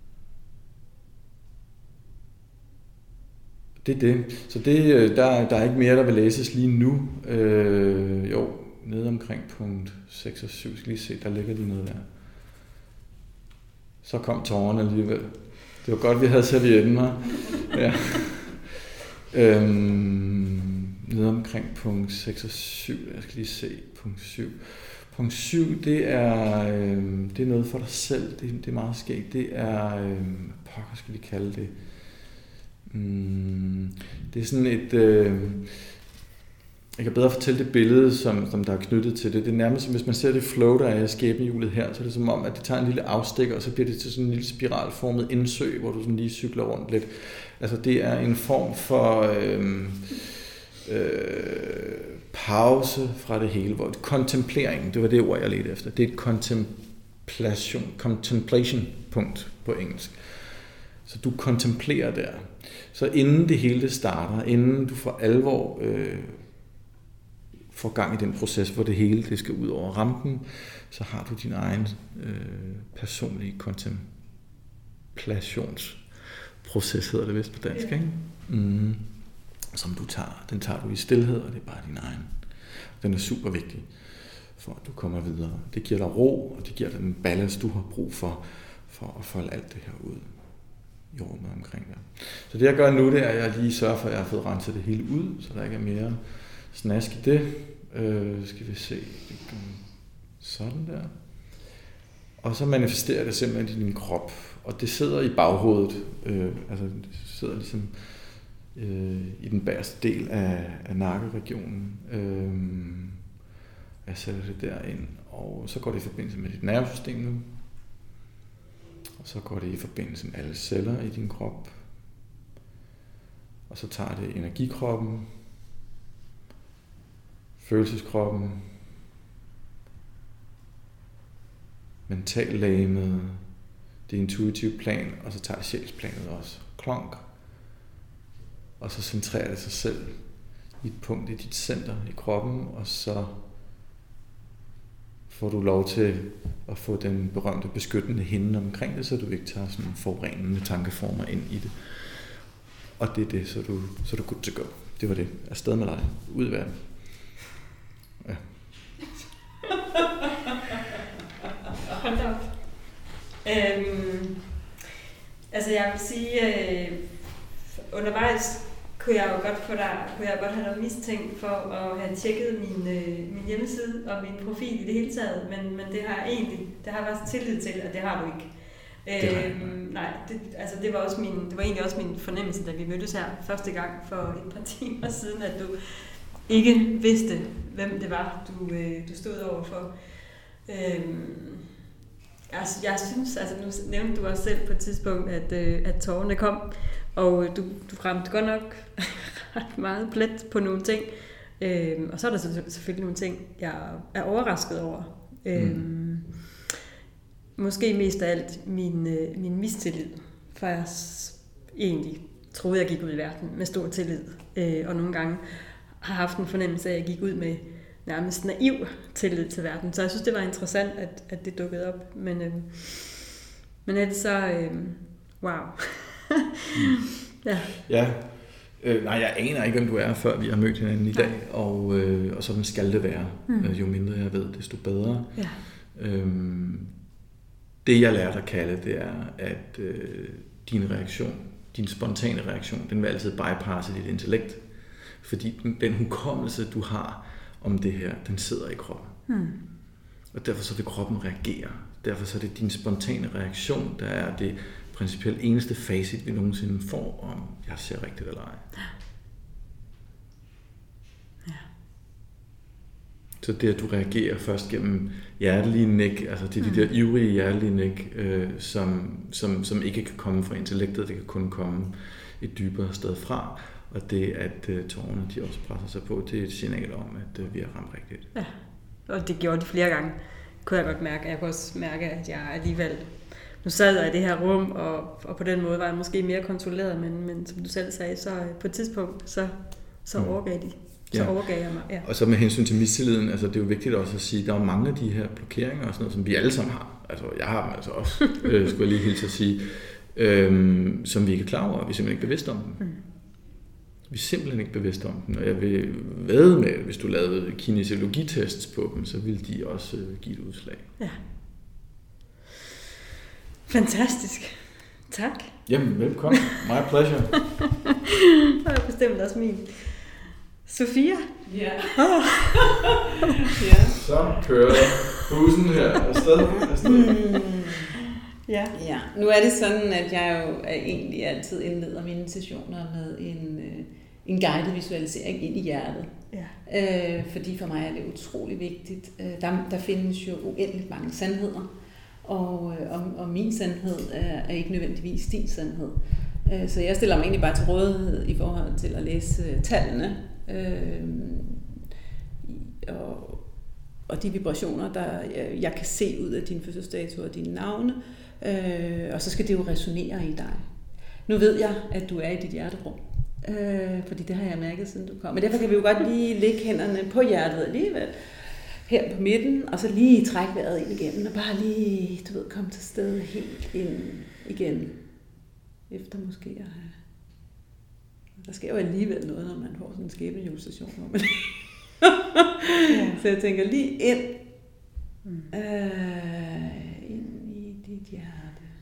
Det er det. Så det, der, der er ikke mere, der vil læses lige nu. Øh, jo, nede omkring punkt seks og syv. Skal lige se, der ligger lige noget der. Så kom tårerne alligevel. Det var godt, vi havde servietten her. Ja. øhm, nede omkring punkt seks og syv. Jeg skal lige se punkt syv. Punkt syv, det er, øh, det er noget for dig selv. Det, det er meget skægt. Det er, øh, pokker skal vi kalde det. Mm, det er sådan et... Øh, jeg kan bedre fortælle det billede, som, som der er knyttet til det. Det er nærmest som hvis man ser det flow, der er i skæbnehjulet her, så er det som om, at det tager en lille afstikker, og så bliver det til sådan en lille spiralformet indsø, hvor du sådan lige cykler rundt lidt. Altså det er en form for øh, øh, pause fra det hele, hvor kontemplering, det var det ord, jeg ledte efter. Det er et contemplation, contemplation punkt på engelsk. Så du kontemplerer der. Så inden det hele starter, inden du for alvor øh, får gang i den proces, hvor det hele det skal ud over rampen, så har du din egen øh, personlige kontemplationsproces, hedder det vist på dansk, ikke? Mm. Som du tager. Den tager du i stilhed, og det er bare din egen. Den er super vigtig, for at du kommer videre. Det giver dig ro, og det giver dig den ballast, du har brug for, for at folde alt det her ud i rummet omkring dig. Så det jeg gør nu, det er, at jeg lige sørger for, at jeg har fået renset det hele ud, så der ikke er mere snask i det. Øh, skal vi se. Sådan der. Og så manifesterer det simpelthen i din krop. Og det sidder i baghovedet. Øh, altså det sidder ligesom øh, i den bagerste del af, af nakkeregionen. Øh, jeg sætter det derind. Og så går det i forbindelse med dit nervesystem nu. Og så går det i forbindelse med alle celler i din krop. Og så tager det energikroppen, følelseskroppen, mentallægemet, det intuitive plan, og så tager det sjælsplanet også. Klonk. Og så centrerer det sig selv i et punkt i dit center i kroppen, og så får du lov til at få den berømte beskyttende hinde omkring det, så du ikke tager sådan forurenende tankeformer ind i det. Og det er det, så du, så er du good to go. Det var det. Afsted med dig. Ud i verden. Ja. Hold da op. Øhm, altså jeg vil sige, øh, undervejs kunne jeg jo godt få dig, kunne jeg godt have dig mistænkt for at have tjekket min, øh, min hjemmeside og min profil i det hele taget, men, men det har jeg egentlig, det har jeg faktisk tillid til, at det har du ikke. Øhm, nej, det, altså det var også min, det var egentlig også min fornemmelse, da vi mødtes her første gang for et par timer siden, at du ikke vidste, hvem det var, du, øh, du stod overfor. Øhm, altså, jeg synes, altså nu nævnte du også selv på et tidspunkt, at, øh, at tårerne kom, og du, du ramte godt nok ret meget plet på nogle ting. Øhm, og så er der selvfølgelig nogle ting, jeg er overrasket over. Mm. Øhm, måske mest af alt min, øh, min mistillid, for jeg egentlig troede, jeg gik ud i verden med stor tillid, øh, og nogle gange har haft en fornemmelse af, at jeg gik ud med nærmest naiv tillid til verden. Så jeg synes, det var interessant, at, at det dukkede op. Men, øh, men ellers så, øh, wow. ja. Ja. Øh, nej, jeg aner ikke, hvem du er, før vi har mødt hinanden i dag, og, øh, og sådan skal det være. Mm. Jo mindre jeg ved, desto bedre. Ja. Øhm, det, jeg lærte at kalde, det er, at øh, din reaktion, din spontane reaktion, den vil altid bypasse dit intellekt. Fordi den, den hukommelse, du har om det her, den sidder i kroppen. Mm. Og derfor så vil kroppen reagere. Derfor så er det din spontane reaktion, der er det principielt eneste facit, vi nogensinde får, om jeg ser rigtigt eller ej. Ja. Så det, at du reagerer først gennem hjertelige nik, altså det er de mm. der ivrige hjertelige nik, øh, som, som, som ikke kan komme fra intellektet, det kan kun komme et dybere sted fra. Og det, at uh, tårerne de også presser sig på, det er et signal om, at uh, vi har ramt rigtigt. Ja, og det gjorde de flere gange. Kunne jeg godt mærke. Jeg kunne også mærke, at jeg alligevel... Nu sad jeg i det her rum, og, og på den måde var jeg måske mere kontrolleret, men, men som du selv sagde, så på et tidspunkt, så, så overgav de. Så ja. overgav jeg mig. Ja. Og så med hensyn til mistilliden, altså det er jo vigtigt også at sige, at der er mange af de her blokeringer og sådan noget, som vi alle sammen har. Altså jeg har dem altså også, øh, skulle jeg lige hilse at sige, øh, som vi ikke er klar over, vi er simpelthen ikke bevidste om dem. Mm. Vi er simpelthen ikke bevidste om dem, og jeg vil vædde med, at hvis du lavede kinesiologitests på dem, så ville de også give et udslag. Ja. Fantastisk. Tak. Jamen, velkommen. My pleasure. Det er bestemt også min. Sofia? Ja. Oh. ja. Så kører bussen her afsted. afsted. Mm. Ja. ja. Nu er det sådan, at jeg jo egentlig altid indleder mine sessioner med en, en guided visualisering ind i hjertet. Ja. Øh, fordi for mig er det utrolig vigtigt. Der, der findes jo uendeligt mange sandheder. Og, og, og min sandhed er, er ikke nødvendigvis din sandhed. Øh, så jeg stiller mig egentlig bare til rådighed i forhold til at læse tallene. Øh, og, og de vibrationer, der jeg, jeg kan se ud af din fødselsdato og dine navne. Øh, og så skal det jo resonere i dig. Nu ved jeg, at du er i dit hjerterum. Øh, fordi det har jeg mærket, siden du kom. Men derfor kan vi jo godt lige lægge hænderne på hjertet alligevel. Her på midten, og så lige trække vejret ind igennem, og bare lige, du ved, komme til stede helt ind igen. Efter måske at have... Der sker jo alligevel noget, når man får sådan en skæbnehjulsstation. Man... ja. Så jeg tænker lige ind. Mm. Øh, ind i dit hjerte.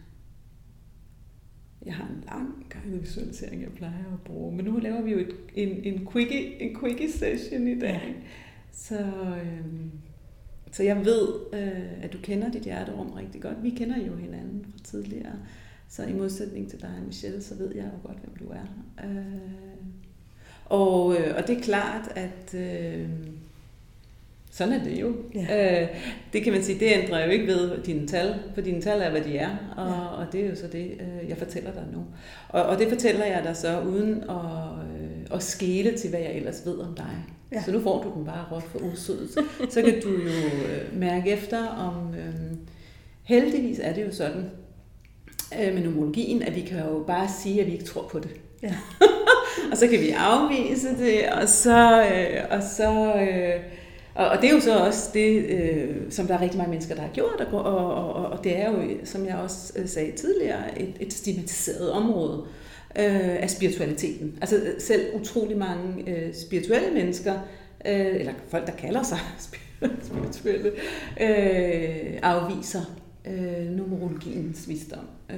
Jeg har en lang gang visualisering, jeg plejer at bruge, men nu laver vi jo et, en, en, quickie, en quickie session i dag. Ja. Så, øh, så jeg ved, øh, at du kender dit hjerterum rigtig godt. Vi kender jo hinanden fra tidligere. Så i modsætning til dig, Michelle, så ved jeg jo godt, hvem du er. Øh, og, øh, og det er klart, at øh, sådan er det jo. Ja. Øh, det kan man sige, det ændrer jo ikke ved dine tal, for dine tal er, hvad de er. Og, ja. og det er jo så det, øh, jeg fortæller dig nu. Og, og det fortæller jeg dig så uden at, øh, og skele til, hvad jeg ellers ved om dig. Ja. Så nu får du den bare råt for usødet. Så kan du jo øh, mærke efter om... Øh, heldigvis er det jo sådan øh, med numerologien, at vi kan jo bare sige, at vi ikke tror på det. Ja. Og så kan vi afvise det, og så... Øh, og så øh, Og, og det er jo så også det, øh, som der er rigtig mange mennesker, der har gjort, og, og, og, og det er jo, som jeg også sagde tidligere, et, et stigmatiseret område øh, af spiritualiteten. Altså selv utrolig mange øh, spirituelle mennesker, øh, eller folk, der kalder sig spirituelle, øh, afviser øh, numerologiens visdom. Øh,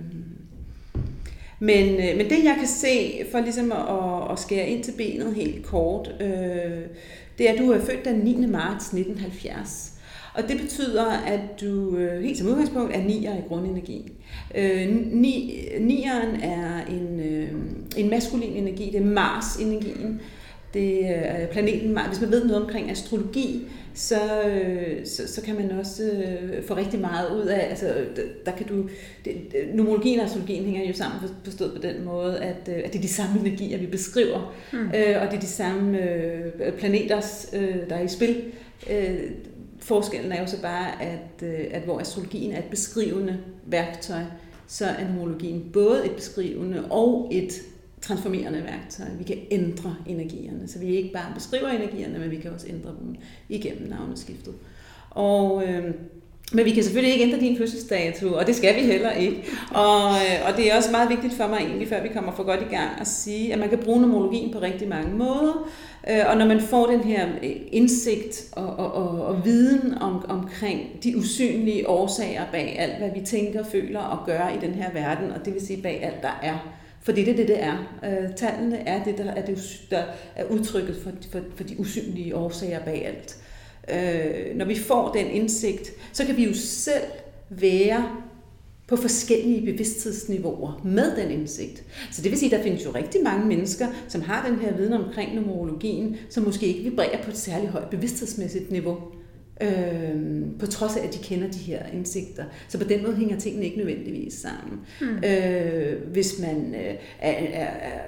Men, men det, jeg kan se, for ligesom at, at skære ind til benet helt kort, øh, det er, at du er født den niende marts nitten halvfjerds. Og det betyder, at du øh, helt som udgangspunkt er nier i grundenergi. Øh, ni, nieren er en, øh, en maskulin energi, det er Mars-energien. Det er planeten Mars. Hvis man ved noget omkring astrologi, så, så, så kan man også øh, få rigtig meget ud af, altså der kan du, det, numerologien og astrologien hænger jo sammen forstået på den måde, at, at det er de samme energier, vi beskriver, mm. øh, og det er de samme øh, planeter, øh, der er i spil. Øh, forskellen er jo så bare, at, øh, at hvor astrologien er et beskrivende værktøj, så er numerologien både et beskrivende og et transformerende værktøj. Vi kan ændre energierne, så vi ikke bare beskriver energierne, men vi kan også ændre dem igennem navneskiftet. Og, øh, men vi kan selvfølgelig ikke ændre din fødselsdato, og det skal vi heller ikke. Og, øh, og det er også meget vigtigt for mig egentlig, før vi kommer for godt i gang, at sige, at man kan bruge numerologien på rigtig mange måder. Øh, og når man får den her indsigt og, og, og, og viden om, omkring de usynlige årsager bag alt, hvad vi tænker, føler og gør i den her verden, og det vil sige bag alt, der er. For det er det, det er. Øh, tallene er det, der er, det, der er udtrykket for, for, for de usynlige årsager bag alt. Øh, når vi får den indsigt, så kan vi jo selv være på forskellige bevidsthedsniveauer med den indsigt. Så det vil sige, at der findes jo rigtig mange mennesker, som har den her viden omkring numerologien, som måske ikke vibrerer på et særligt højt bevidsthedsmæssigt niveau. Øh, på trods af, at de kender de her indsigter. Så på den måde hænger tingene ikke nødvendigvis sammen. Mm. Øh, hvis man øh, er, er, er,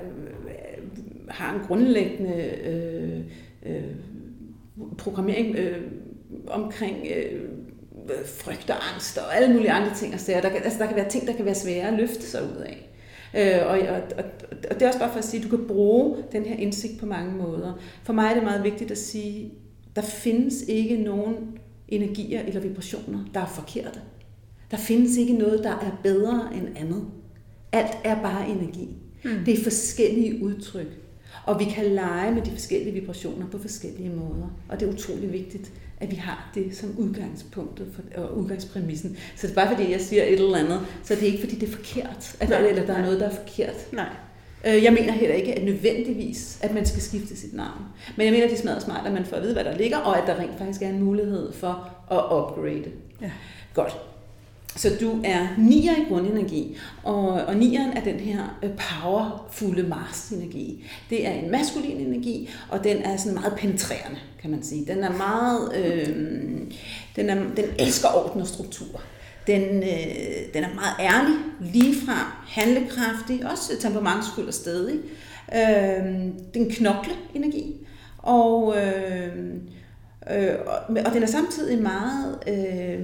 har en grundlæggende øh, øh, programmering øh, omkring øh, frygt og angst og alle mulige andre ting. Altså, der, kan, altså, der kan være ting, der kan være svære at løfte sig ud af. Øh, og, og, og, og det er også bare for at sige, at du kan bruge den her indsigt på mange måder. For mig er det meget vigtigt at sige, der findes ikke nogen energier eller vibrationer, der er forkerte. Der findes ikke noget, der er bedre end andet. Alt er bare energi. Mm. Det er forskellige udtryk. Og vi kan lege med de forskellige vibrationer på forskellige måder. Og det er utrolig vigtigt, at vi har det som udgangspunktet for, og udgangspræmissen. Så det er bare fordi, jeg siger et eller andet, så det er ikke fordi, det er forkert. At, nej, eller der er noget, der er forkert. Nej. Jeg mener heller ikke, at nødvendigvis, at man skal skifte sit navn. Men jeg mener, at det er smadret smart, at man får at vide, hvad der ligger, og at der rent faktisk er en mulighed for at upgrade. Ja. Godt. Så du er nier i grundenergi, og, og nieren er den her powerfulde Mars-energi. Det er en maskulin energi, og den er sådan meget penetrerende, kan man sige. Den er meget, øh, den, er, den elsker orden og struktur. Den, øh, den er meget ærlig, ligefrem, handlekraftig, også temperamentsfuld og stædig. Øh, det er en knokleenergi, og, øh, øh, og, og den er samtidig meget øh,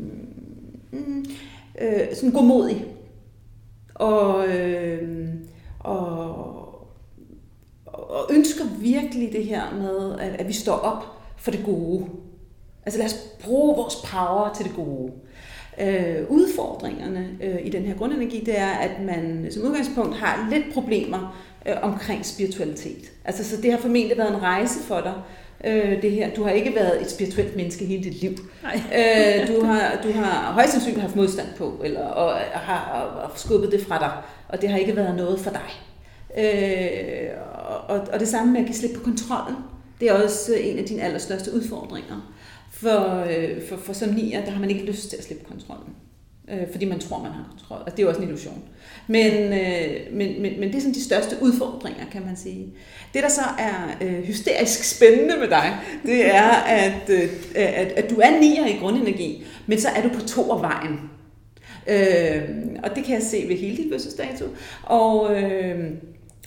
øh, sådan godmodig. Og, øh, og, og ønsker virkelig det her med, at, at vi står op for det gode. Altså lad os bruge vores power til det gode. Øh, udfordringerne øh, i den her grundenergi, det er, at man som udgangspunkt har lidt problemer øh, omkring spiritualitet. Altså, så det har formentlig været en rejse for dig, øh, det her. Du har ikke været et spirituelt menneske hele dit liv. Øh, du, har, du har højst sandsynligt haft modstand på, eller og, og har og, og skubbet det fra dig, og det har ikke været noget for dig. Øh, og, og det samme med at give slip på kontrollen, det er også en af dine allerstørste udfordringer. For, øh, for, for som nier, der har man ikke lyst til at slippe kontrollen, øh, fordi man tror, man har kontrol. Altså, det er jo også en illusion. Men, øh, men, men, men det er sådan de største udfordringer, kan man sige. Det, der så er øh, hysterisk spændende med dig, det er, at, øh, at, at du er nier i grundenergi, men så er du på toervejen. Øh, og det kan jeg se ved hele dit fødselsdato. Og... Øh,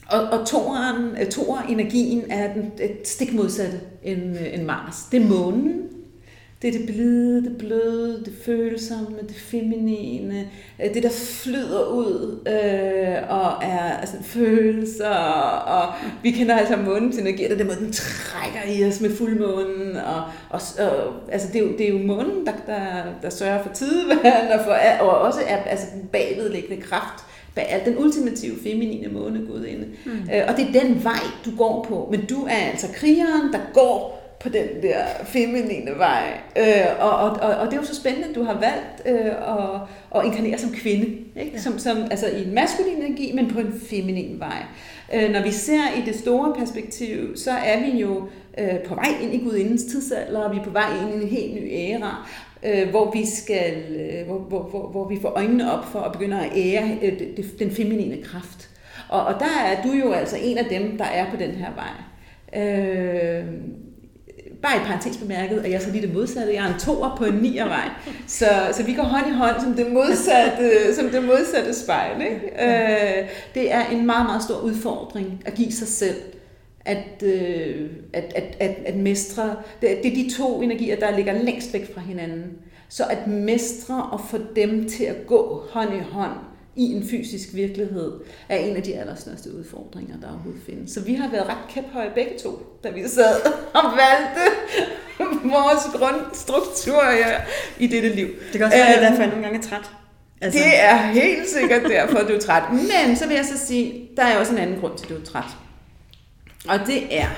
Og, og toeren, toer-energien er den et stik modsatte end, end Mars. Det er månen. Det er det blide, det bløde, det følsomme, det feminine, det der flyder ud øh, og er altså, følelser, og vi kender altså månens energi, og det er den måde, den trækker i os med fuldmånen, og, og, og altså, det, er jo, det er jo månen, der, der, der sørger for tidevand, og, for, og også er altså, den bagvedliggende kraft, bag den ultimative feminine månegudinde. Mm. Øh, og det er den vej, du går på, men du er altså krigeren, der går på den der feminine vej. Øh, og, og, og, og det er jo så spændende, at du har valgt øh, at, at inkarnere som kvinde. Ikke? Ja. Som, som, altså i en maskulin energi, men på en feminin vej. Øh, når vi ser i det store perspektiv, så er vi jo øh, på vej ind i gudindens tidsalder, og vi er på vej ind i en helt ny æra, øh, hvor vi skal, øh, hvor, hvor, hvor, hvor vi får øjnene op for at begynde at ære øh, det, den feminine kraft. Og, og der er du jo altså en af dem, der er på den her vej. Øh, Bare i parentes bemærket, at jeg så lige det modsatte. Jeg er en toer på en nier-vej. Så, så vi går hånd i hånd som det modsatte, som det modsatte spejl. Ikke? Øh, det er en meget, meget stor udfordring at give sig selv. At, øh, at, at, at, at mestre. Det, det er de to energier, der ligger længst væk fra hinanden. Så at mestre og få dem til at gå hånd i hånd i en fysisk virkelighed, er en af de allerstørste udfordringer, der overhovedet findes. Så vi har været ret kæphøje begge to, da vi sad og valgte vores grundstruktur i dette liv. Det kan også være, at derfor jeg nogle gange er træt. Altså. Det er helt sikkert derfor, at du er træt. Men så vil jeg så sige, der er også en anden grund til, at du er træt. Og det er,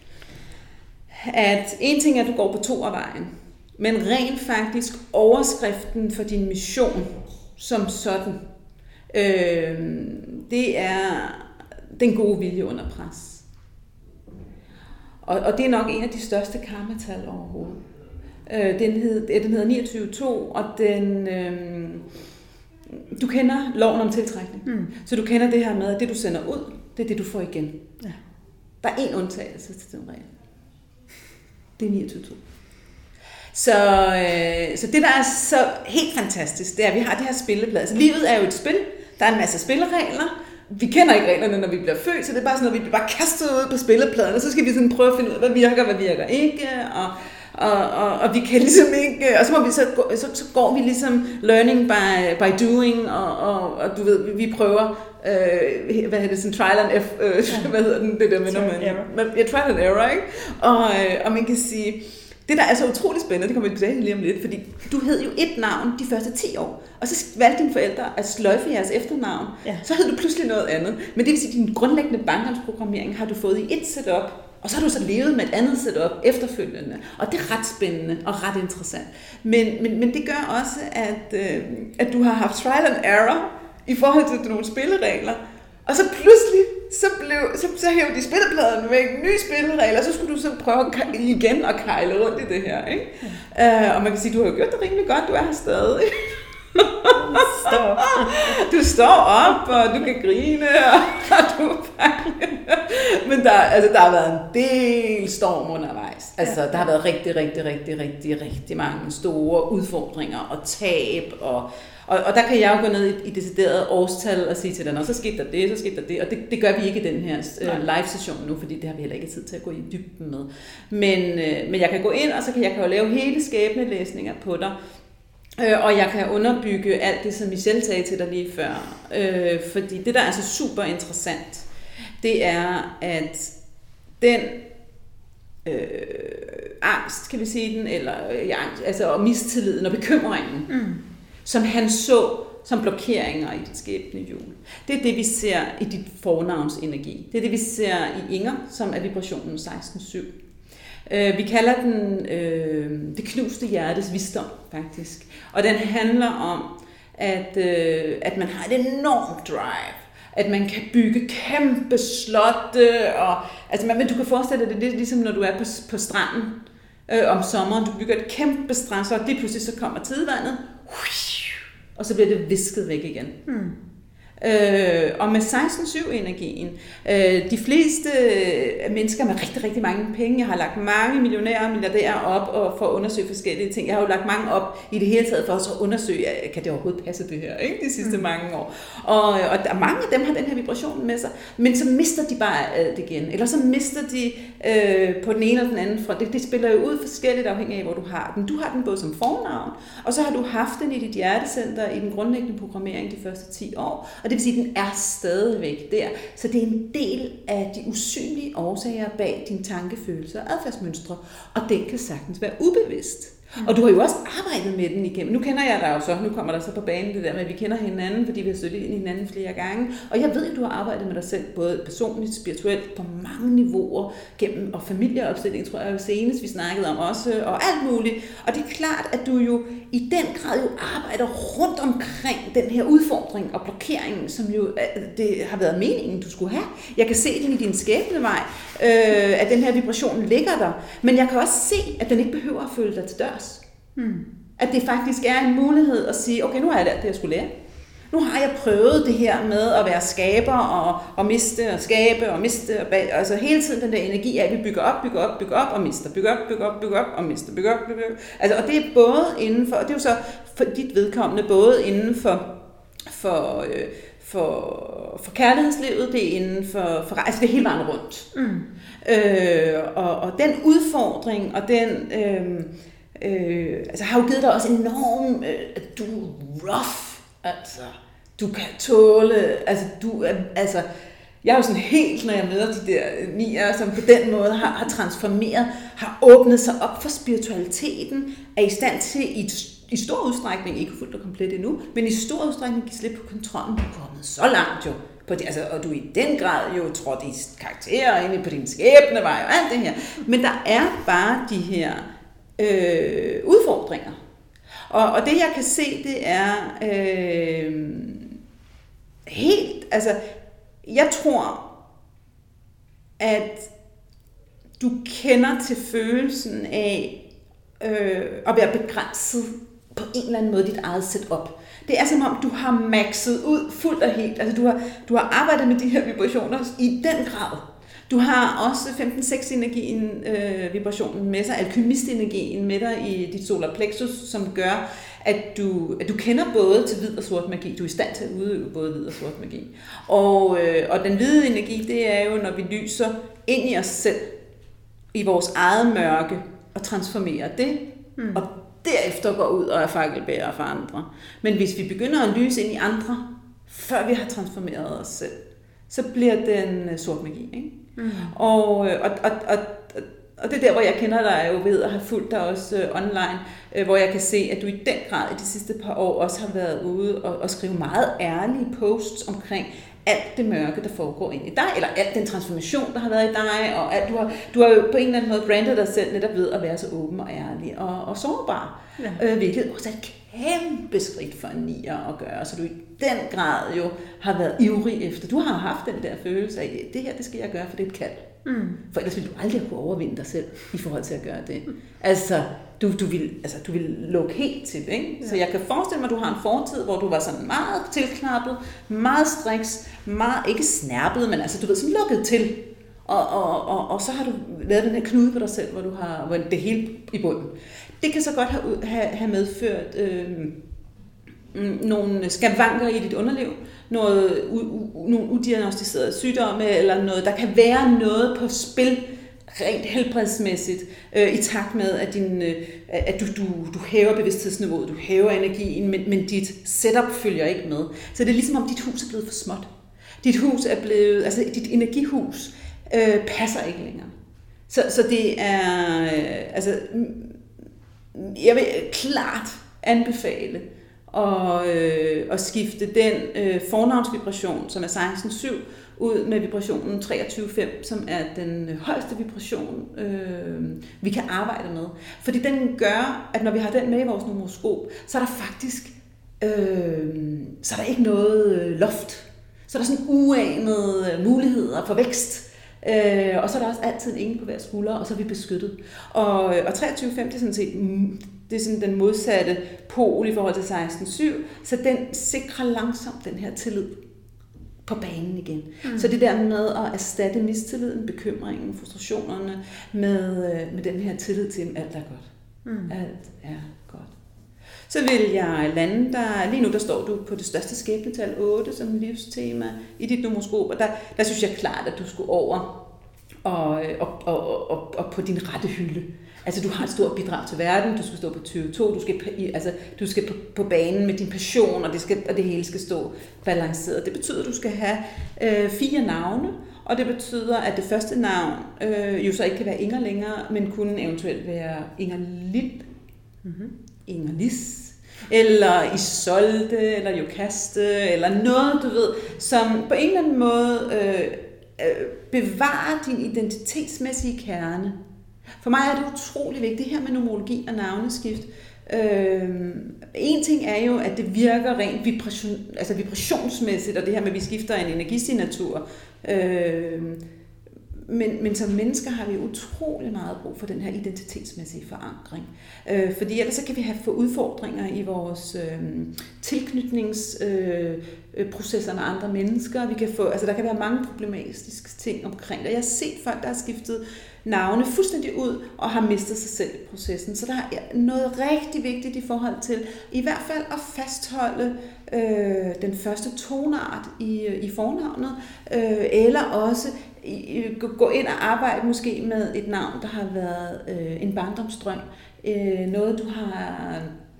at en ting er, at du går på toervejen, men rent faktisk overskriften for din mission som sådan, Øh, det er den gode vilje under pres. Og, og det er nok en af de største karmatal overhovedet. Øh, den, hed, den hedder niogtyve to, og den, øh, du kender loven om tiltrækning. Mm. Så du kender det her med, at det du sender ud, det er det du får igen. Ja. Der er én undtagelse til den regel. Det er niogtyve to. Så, øh, så det, der er så helt fantastisk, det er, at vi har det her spilleplade. Altså, livet er jo et spil. Der er en masse spilleregler. Vi kender ikke reglerne, når vi bliver født, så det er bare sådan noget, vi bliver bare kastet ud på spillepladen, og så skal vi sådan prøve at finde ud af, hvad virker, hvad virker ikke, og, og, og, og vi kan ligesom ikke, og så, må vi så, gå, så, så går vi ligesom learning by, by doing, og, og, og du ved, vi prøver, øh, hvad hedder det, sådan trial and error, øh, ja. hvad hedder den, det der med, når man, ja, trial and error, ikke? Og, øh, og man kan sige, det, der er så utroligt spændende, det kommer vi tilbage lige om lidt, fordi du hed jo et navn de første ti år, og så valgte dine forældre at sløjfe jeres efternavn. Ja. Så hed du pludselig noget andet. Men det vil sige, at din grundlæggende barndomsprogrammering har du fået i et setup, og så har du så levet med et andet setup efterfølgende. Og det er ret spændende og ret interessant. Men, men, men det gør også, at, øh, at du har haft trial and error i forhold til nogle spilleregler, og så pludselig, så, blev, så, så hævde de spillepladen væk, nye spilleregler, så skulle du så prøve igen at kejle rundt i det her, ikke? Ja. Uh, og man kan sige, du har jo gjort det rimelig godt, du er her stadig. Stop. Du står op, og du kan grine, og du men der, altså, der har været en del storm undervejs. Altså, der har været rigtig, rigtig, rigtig, rigtig, rigtig mange store udfordringer og tab, og Og, og der kan jeg jo gå ned i, i decideret årstal og sige til dig, så skete der det, så skete der det, og det, det gør vi ikke i den her uh, live-session nu, fordi det har vi heller ikke tid til at gå i dybden med. Men, uh, men jeg kan gå ind, og så kan jeg kan jo lave hele skæbnelæsninger på dig, uh, og jeg kan underbygge alt det, som Michelle sagde til dig lige før. Uh, fordi det, der er så super interessant, det er, at den øh, angst, kan vi sige den, eller ja, altså, og mistilliden og bekymringen, mm. som han så som blokeringer i dit skæbnehjul. Det er det, vi ser i dit fornavns energi. Det er det, vi ser i Inger, som er vibrationen seksten syv. Vi kalder den øh, det knuste hjertes visdom, faktisk. Og den handler om, at, øh, at man har et enormt drive. At man kan bygge kæmpe slotte. Og, altså, men du kan forestille dig, det er lidt ligesom, når du er på, på stranden øh, om sommeren. Du bygger et kæmpe strand, så lige pludselig så kommer tidevandet. Og så bliver det visket væk igen. Hmm. Øh, og med seksten syv energien, øh, de fleste mennesker med rigtig, rigtig mange penge, jeg har lagt mange millionærer og milliardærer op og for at undersøge forskellige ting. Jeg har jo lagt mange op i det hele taget for også at undersøge, kan det overhovedet passe det her, ikke? De sidste mm. mange år. Og, og der, mange af dem har den her vibration med sig, men så mister de bare alt igen. Eller så mister de øh, på den ene eller den anden front. Det, det spiller jo ud forskelligt afhængig af, hvor du har den. Du har den både som fornavn, og så har du haft den i dit hjertecenter i den grundlæggende programmering de første ti år. Og det vil sige, at den er stadigvæk der. Så det er en del af de usynlige årsager bag dine tankefølelser og adfærdsmønstre. Og den kan sagtens være ubevidst. Og du har jo også arbejdet med den igennem. Nu kender jeg dig jo så, nu kommer der så på banen det der med, at vi kender hinanden, fordi vi har støttet ind i hinanden flere gange. Og jeg ved, at du har arbejdet med dig selv, både personligt, spirituelt, på mange niveauer, gennem og familieopstilling, tror jeg jo senest, vi snakkede om også, og alt muligt. Og det er klart, at du jo i den grad jo arbejder rundt omkring den her udfordring og blokering, som jo det har været meningen, du skulle have. Jeg kan se den i din skæbnevej, øh, at den her vibration ligger der. Men jeg kan også se, at den ikke behøver at følge dig til dørs. Hmm. At det faktisk er en mulighed at sige, okay, nu har jeg lært det, jeg skulle lære. Nu har jeg prøvet det her med at være skaber og, og miste og skabe og miste. Og bag, altså hele tiden den der energi af, at vi bygger op, bygger op, bygger op og mister. Bygger op, bygger op, bygger op og mister. Bygger op, bygger op. Altså, og det er både inden for, og det er jo så for dit vedkommende, både inden for, for, øh, for, for kærlighedslivet, det er inden for, for altså det er hele vejen rundt. Mm. Øh, og, og den udfordring og den... Øh, Øh, altså har jo givet dig også enormt, øh, at du er rough, altså, du kan tåle, altså, du er, altså, jeg er jo sådan helt, når jeg møder de der nier, som på den måde har, har transformeret, har åbnet sig op for spiritualiteten, er i stand til i, i stor udstrækning, ikke fuldt og komplet endnu, men i stor udstrækning give slip på kontrollen, du er kommet så langt jo, på det, altså, og du i den grad jo trådt i karakterer ind på din skæbnevej og alt det her, men der er bare de her Øh, udfordringer. Og, og det jeg kan se, det er øh, helt, altså jeg tror, at du kender til følelsen af øh, at være begrænset på en eller anden måde dit eget setup. Det er som om, du har maxet ud fuldt og helt. Altså du har, du har arbejdet med de her vibrationer i den grad. Du har også femten seks energien, øh, vibrationen med sig, alkymistenergien med dig i dit solar plexus, som gør, at du, at du kender både til hvid og sort magi. Du er i stand til at udøve både hvid og sort magi. Og, øh, og den hvide energi, det er jo, når vi lyser ind i os selv, i vores eget mørke, og transformerer det, mm. og derefter går ud og er fakkelbærer for andre. Men hvis vi begynder at lyse ind i andre, før vi har transformeret os selv, så bliver den sort magi, ikke? Mm. Og, og, og, og, og det er der, hvor jeg kender dig jo ved at have fulgt dig også uh, online, uh, hvor jeg kan se, at du i den grad i de sidste par år også har været ude og, og skrive meget ærlige posts omkring alt det mørke, der foregår ind i dig, eller alt den transformation, der har været i dig, og alt, du, har, du har jo på en eller anden måde brandet dig selv netop ved at være så åben og ærlig og, og sårbar, ja. øh, hvilket også er et kæmpe skridt for en nier at gøre, så du i den grad jo har været ivrig efter. Du har haft den der følelse af, det her, det skal jeg gøre, for det er et kald. Mm. For ellers ville du aldrig kunne overvinde dig selv i forhold til at gøre det. Mm. Altså, du, du, vil, altså, du vil lukke helt til, ikke? Ja. Så jeg kan forestille mig, at du har en fortid, hvor du var sådan meget tilknappet, meget striks, meget, ikke snærpet, men altså, du ved, sådan lukket til. Og, og, og, og så har du lavet den her knude på dig selv, hvor du har hvor det hele i bunden. Det kan så godt have, have, have medført øh, nogle skavanker i dit underliv, noget, u, u, nogle udiagnostiserede sygdomme, eller noget, der kan være noget på spil, rent helbredsmæssigt, øh, i takt med, at, din, øh, at du, du, du hæver bevidsthedsniveauet, du hæver energien, men, men dit setup følger ikke med. Så det er ligesom om dit hus er blevet for småt. Dit hus er blevet, altså dit energihus øh, passer ikke længere. Så, så det er, øh, altså, jeg vil klart anbefale at, øh, at skifte den øh, fornavnsvibration, som er seksten syv, ud med vibrationen treogtyve fem, som er den højeste vibration, øh, vi kan arbejde med. Fordi den gør, at når vi har den med i vores numeroskop, så er der faktisk øh, så er der ikke noget loft. Så er der sådan uanede muligheder for vækst. Øh, og så er der også altid ingen på hver skulder, og så er vi beskyttet. Og, og treogtyve fem, det er sådan set det er sådan den modsatte pol i forhold til seksten syv, så den sikrer langsomt den her tillid. på banen igen. Mm. Så det der med at erstatte mistilliden, bekymringen, frustrationerne med, med den her tillid til, at alt er godt. Mm. Alt er godt. Så vil jeg lande der, lige nu der står du på det største skæbnetal otte som livstema i dit nomoskop, og der, der synes jeg klart, at du skulle over og, og, og, og, og på din rette hylde. Altså du har et stort bidrag til verden, du skal stå på tyve to, du skal, altså, du skal på, på banen med din passion, og det, skal, og det hele skal stå balanceret. Det betyder, at du skal have øh, fire navne, og det betyder, at det første navn øh, jo så ikke kan være Inger længere, men kunne eventuelt være Inger Lild, mm-hmm. Inger Lis, eller Isolde, eller Jokaste, eller noget, du ved, som på en eller anden måde øh, øh, bevarer din identitetsmæssige kerne. For mig er det utrolig vigtigt, det her med numerologi og navneskift. Øh, en ting er jo, at det virker rent vibration, altså vibrationsmæssigt, og det her med, at vi skifter en energisignatur. Øh, men, men som mennesker har vi utrolig meget brug for den her identitetsmæssige forankring. Øh, fordi ellers så kan vi have få udfordringer i vores øh, tilknytningsprocesser øh, med andre mennesker. Vi kan få, altså der kan være mange problematiske ting omkring det. Jeg har set folk, der har skiftet navne fuldstændig ud og har mistet sig selv i processen. Så der er noget rigtig vigtigt i forhold til i hvert fald at fastholde øh, den første tonart i, i fornavnet, øh, eller også i, gå ind og arbejde måske med et navn, der har været øh, en barndomsdrøm, øh, noget du har...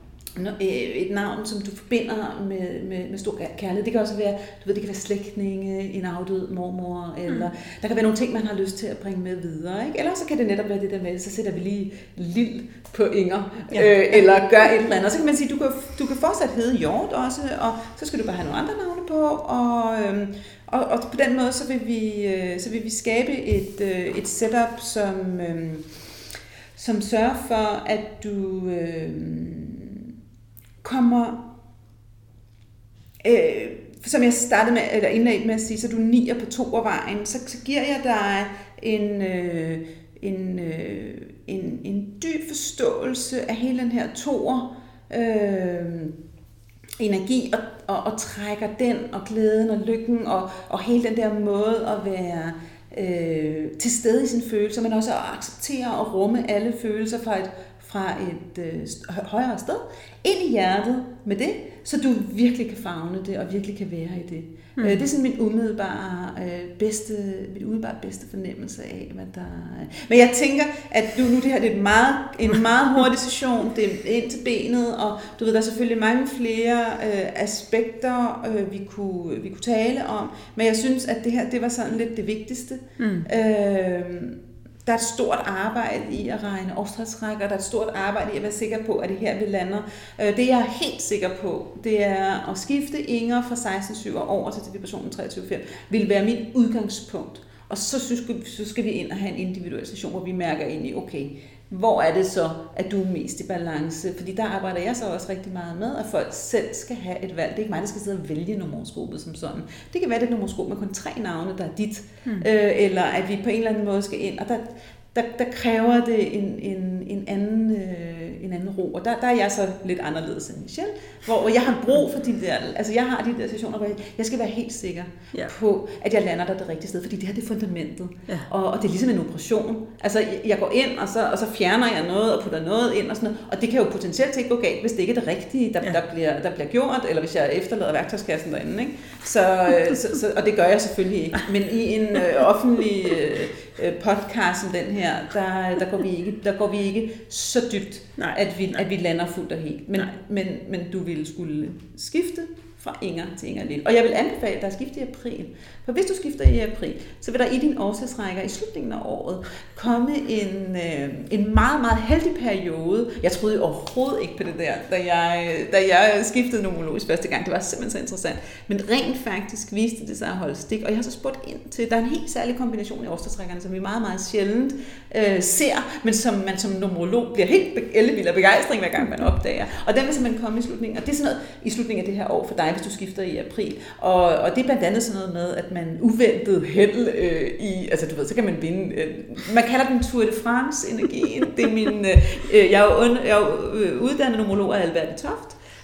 et navn, som du forbinder med, med, med stor kærlighed. Det kan også være, du ved, det kan være slægtninge, en afdød mormor, eller mm. der kan være nogle ting, man har lyst til at bringe med videre. Ikke? Eller så kan det netop være det der med, så sætter vi lige Lild på Inger, ja. øh, eller gør et eller andet. Og så kan man sige, du kan, du kan fortsat hedde Hjort også, og så skal du bare have nogle andre navne på, og, øhm, og, og på den måde, så vil vi, øh, så vil vi skabe et, øh, et setup, som, øh, som sørger for, at du... Øh, kommer, øh, som jeg startede med, eller indledte med at sige, så du nier på toervejen, så, så giver jeg dig en, øh, en, øh, en, en dyb forståelse af hele den her toer øh, energi, og, og, og trækker den, og glæden, og lykken, og, og hele den der måde at være øh, til stede i sine følelser, men også at acceptere og rumme alle følelser fra et fra et øh, højere sted, ind i hjertet med det, så du virkelig kan favne det, og virkelig kan være i det. Mm. Øh, det er sådan min umiddelbare øh, bedste, min umiddelbare bedste fornemmelse af, hvad der er. Men jeg tænker, at du, nu det her det er et meget, en meget hurtig session, det er ind til benet, og du ved, der er selvfølgelig mange flere øh, aspekter, øh, vi, kunne, vi kunne tale om, men jeg synes, at det her, det var sådan lidt det vigtigste. Mm. Øh, Der er et stort arbejde i at regne årstalsrækker, der er et stort arbejde i at være sikker på, at det her vi lander. Det jeg er helt sikker på, det er at skifte Inger fra seksten syv over til vibrationen treogtyve fem, vil være mit udgangspunkt. Og så, synes, så skal vi ind og have en individuel session, hvor vi mærker ind i, okay, hvor er det så, at du er mest i balance? Fordi der arbejder jeg så også rigtig meget med, at folk selv skal have et valg. Det er ikke mig, der skal sidde og vælge nomoskopet som sådan. Det kan være, at det er et nomoskop med kun tre navne, der er dit. Hmm. Øh, eller at vi på en eller anden måde skal ind. Og der, der, der kræver det en, en, en, anden, øh, en anden ro. Og der, der er jeg så lidt anderledes end Michelle, hvor jeg har brug for de der, altså jeg har de der sessioner, hvor jeg, jeg skal være helt sikker ja. på, at jeg lander der det rigtige sted, fordi det her det er fundamentet. Ja. Og, og det er ligesom en operation. Altså jeg går ind, og så, og så fjerner jeg noget, og putter noget ind, og sådan noget, og det kan jo potentielt ikke gå galt, hvis det ikke er det rigtige, der, ja. der, bliver, der bliver gjort, eller hvis jeg efterlader værktøjskassen derinde. Ikke? Så, så, så, og det gør jeg selvfølgelig ikke. Men i en øh, offentlig øh, podcast som den her, der, der, går vi ikke, der går vi ikke så dybt, nej, at, vi, at vi lander fuldt og helt. Men, men, men du ville skulle skifte fra Inger til Inger Lild. Og jeg vil anbefale dig at skifte i april. For hvis du skifter i april, så vil der i din årstalsrækker i slutningen af året komme en, øh, en meget, meget heldig periode. Jeg troede overhovedet ikke på det der, da jeg, da jeg skiftede nomologisk første gang. Det var simpelthen så interessant. Men rent faktisk viste det sig at holde stik. Og jeg har så spurgt ind til, der er en helt særlig kombination i årstalsrækkerne, som vi meget, meget sjældent øh, ser, men som man som nomolog bliver helt ellevild af begejstring, hver gang man opdager. Og den vil simpelthen komme i slutningen. Og det er sådan noget i slutningen af det her år for dig, hvis du skifter i april. Og, og det er blandt andet sådan noget med, at man uventet held øh, i, altså du ved, så kan man vinde, øh, man kalder den Tour de France-energien. Det er min, øh, jeg er jo, und, jeg er jo uddannet nomolog af Albert Toft,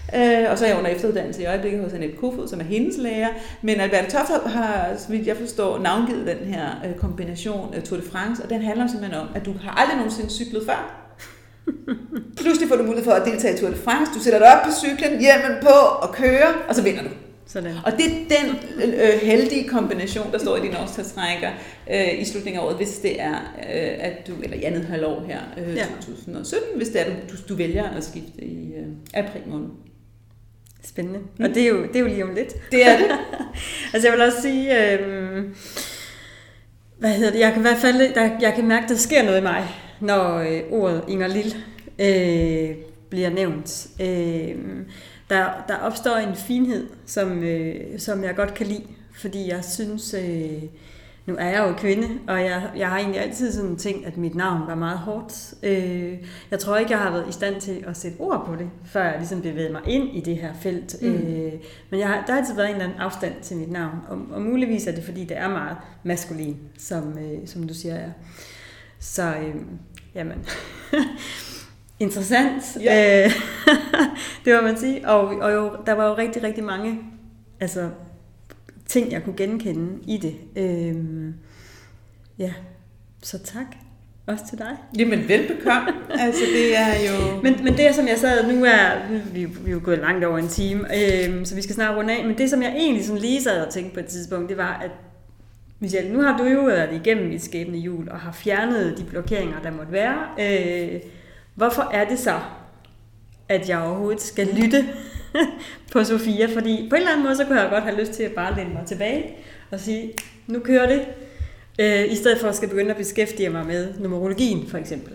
Øh, og så er jeg under efteruddannelse i øjeblikket hos Annette Kofod, som er hendes lærer. Men Albert Toft har, så vidt jeg forstår, navngivet den her øh, kombination af Tour de France, og den handler simpelthen om, at du har aldrig nogensinde cyklet før. Pludselig får du mulighed for at deltage i Tour de France. Du sætter dig op på cyklen, hjelmen på og kører, og så vinder du. Sådan. Og det er den øh, heldige kombination, der står i din årstalsrækker øh, i slutningen af året, hvis det er, øh, at du, eller i andet halvår her, øh, ja. to tusind og sytten, hvis det er, du, du vælger at skifte i øh, april måned. Spændende. Mm. Og det er, jo, det er jo lige om lidt. Det er det. Altså jeg vil også sige, øh, hvad hedder det, jeg kan i hvert fald, der, jeg kan mærke, der sker noget i mig, når øh, ordet Inger Lill øh, bliver nævnt. Øh, Der, der opstår en finhed, som, øh, som jeg godt kan lide, fordi jeg synes, øh, nu er jeg jo kvinde, og jeg, jeg har egentlig altid sådan tænkt, at mit navn var meget hårdt. Øh, jeg tror ikke, jeg har været i stand til at sætte ord på det, før jeg ligesom bevægede mig ind i det her felt. Mm. Øh, men jeg har, der har altid været en eller anden afstand til mit navn, og, og muligvis er det, fordi det er meget maskulin, som, øh, som du siger, er. Så, øh, jamen... Interessant, ja. Det må man sige, og, og jo, der var jo rigtig, rigtig mange altså, ting, jeg kunne genkende i det. Øhm, ja, så tak, også til dig. Jamen velbekomme, altså det er jo... Men, men det, som jeg sad, nu er vi, vi er jo gået langt over en time, øhm, så vi skal snart runde af, men det, som jeg egentlig sådan lige sad og tænkte på et tidspunkt, det var, at Michelle, nu har du jo været igennem mit skæbne jul, og har fjernet de blokeringer, der måtte være. Øh, Hvorfor er det så, at jeg overhovedet skal lytte på Sofia? Fordi på en eller anden måde, så kunne jeg godt have lyst til at bare læne mig tilbage og sige, nu kører det, øh, i stedet for at skal begynde at beskæftige mig med numerologien, for eksempel.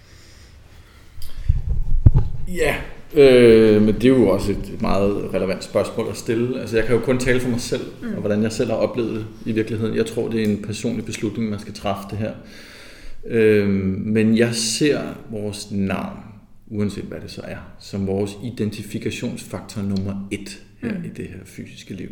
Ja, øh, men det er jo også et meget relevant spørgsmål at stille. Altså, jeg kan jo kun tale for mig selv, mm. og hvordan jeg selv har oplevet det i virkeligheden. Jeg tror, det er en personlig beslutning, man skal træffe det her. Men jeg ser vores navn, uanset hvad det så er, som vores identifikationsfaktor nummer et her mm. i det her fysiske liv.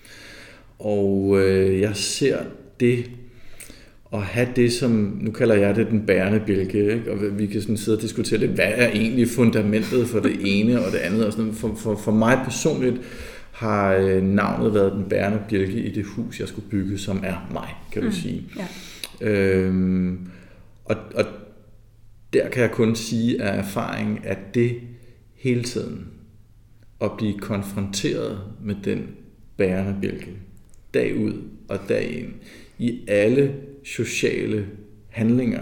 Og øh, jeg ser det at have det som, nu kalder jeg det den bærende bjælke, ikke? Og vi kan sådan sidde og diskutere lidt, hvad er egentlig fundamentet for det ene og det andet. Og sådan. For, for, for mig personligt har navnet været den bærende bjælke i det hus, jeg skulle bygge, som er mig, kan du mm. sige. Ja. Øhm, Og, og der kan jeg kun sige af erfaring, at det hele tiden at blive konfronteret med den bærende bjælke, dag ud og dag ind, i alle sociale handlinger,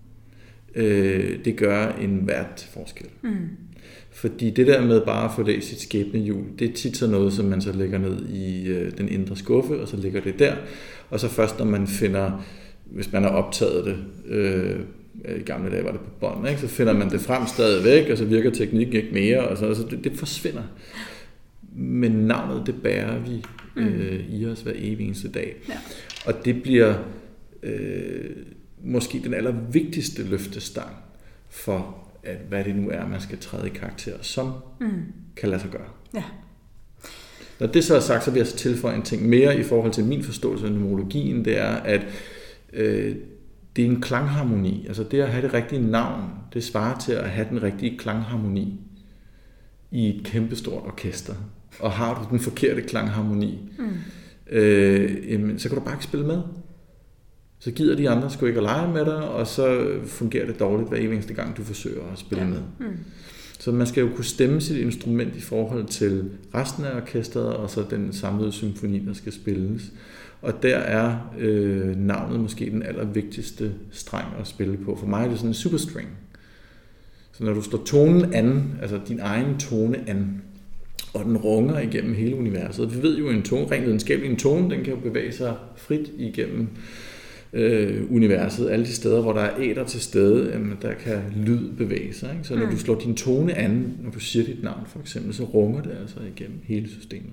øh, det gør en hvert forskel. Mm. Fordi det der med bare at få læst sit skæbnehjul, det er tit så noget, som man så lægger ned i øh, den indre skuffe, og så ligger det der, og så først når man finder... Hvis man har optaget det, øh, i gamle dage var det på bånd, ikke? Så finder man det frem stadigvæk, og så virker teknikken ikke mere, og så, så det, det forsvinder. Men navnet, det bærer vi øh, i os hver evig eneste dag. Ja. Og det bliver øh, måske den allervigtigste løftestang for, at hvad det nu er, man skal træde i karakter, som mm. kan lade sig gøre. Ja. Når det så er sagt, så vil jeg så tilføje en ting mere i forhold til min forståelse af numerologien, det er, at det er en klangharmoni. Altså det at have det rigtige navn, det svarer til at have den rigtige klangharmoni i et kæmpestort orkester. Og har du den forkerte klangharmoni, mm. øh, jamen, så kan du bare ikke spille med. Så gider de andre sgu ikke at lege med dig, og så fungerer det dårligt hver eneste gang, du forsøger at spille ja. med. Mm. Så man skal jo kunne stemme sit instrument i forhold til resten af orkestret, og så den samlede symfoni, der skal spilles. Og der er øh, navnet måske den allervigtigste streng at spille på. For mig er det sådan en superstring. Så når du slår tonen an, altså din egen tone an, og den runger igennem hele universet. Vi ved jo, en tone, rent videnskabeligt, en tone, den kan jo bevæge sig frit igennem øh, universet. Alle de steder, hvor der er æter til stede, jamen, der kan lyd bevæge sig. Ikke? Så når du slår din tone an, når du siger dit navn for eksempel, så runger det altså igennem hele systemet.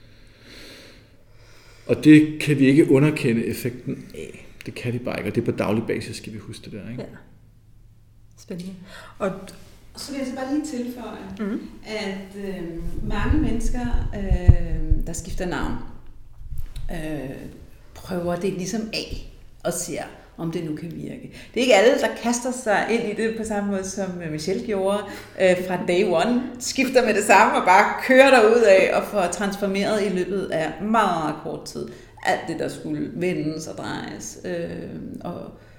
Og det kan vi ikke underkende effekten af. Det kan de bare ikke, og det er på daglig basis, skal vi huske det der, ikke? Ja. Spændende. Og så vil jeg så bare lige tilføje, mm. at øh, mange mennesker, øh, der skifter navn, øh, prøver det ligesom af og siger, om det nu kan virke. Det er ikke alle, der kaster sig ind i det på samme måde, som Michelle gjorde øh, fra day one. Skifter med det samme og bare kører derud af og får transformeret i løbet af meget, meget kort tid. Alt det, der skulle vendes og drejes. Øh, og,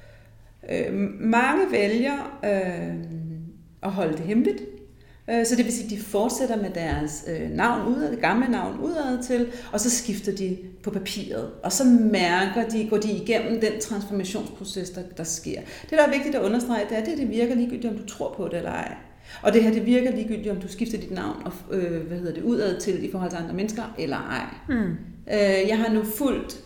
øh, mange vælger øh, at holde det hemmeligt. Så det vil sige, at de fortsætter med deres navn udad, det gamle navn udad til, og så skifter de på papiret. Og så mærker de, går de igennem den transformationsproces, der, der sker. Det, der er vigtigt at understrege, det er, at det, det virker ligegyldigt, om du tror på det eller ej. Og det her, det virker ligegyldigt, om du skifter dit navn og, øh, hvad hedder det, udad til i forhold til andre mennesker eller ej. Mm. Øh, jeg har nu fulgt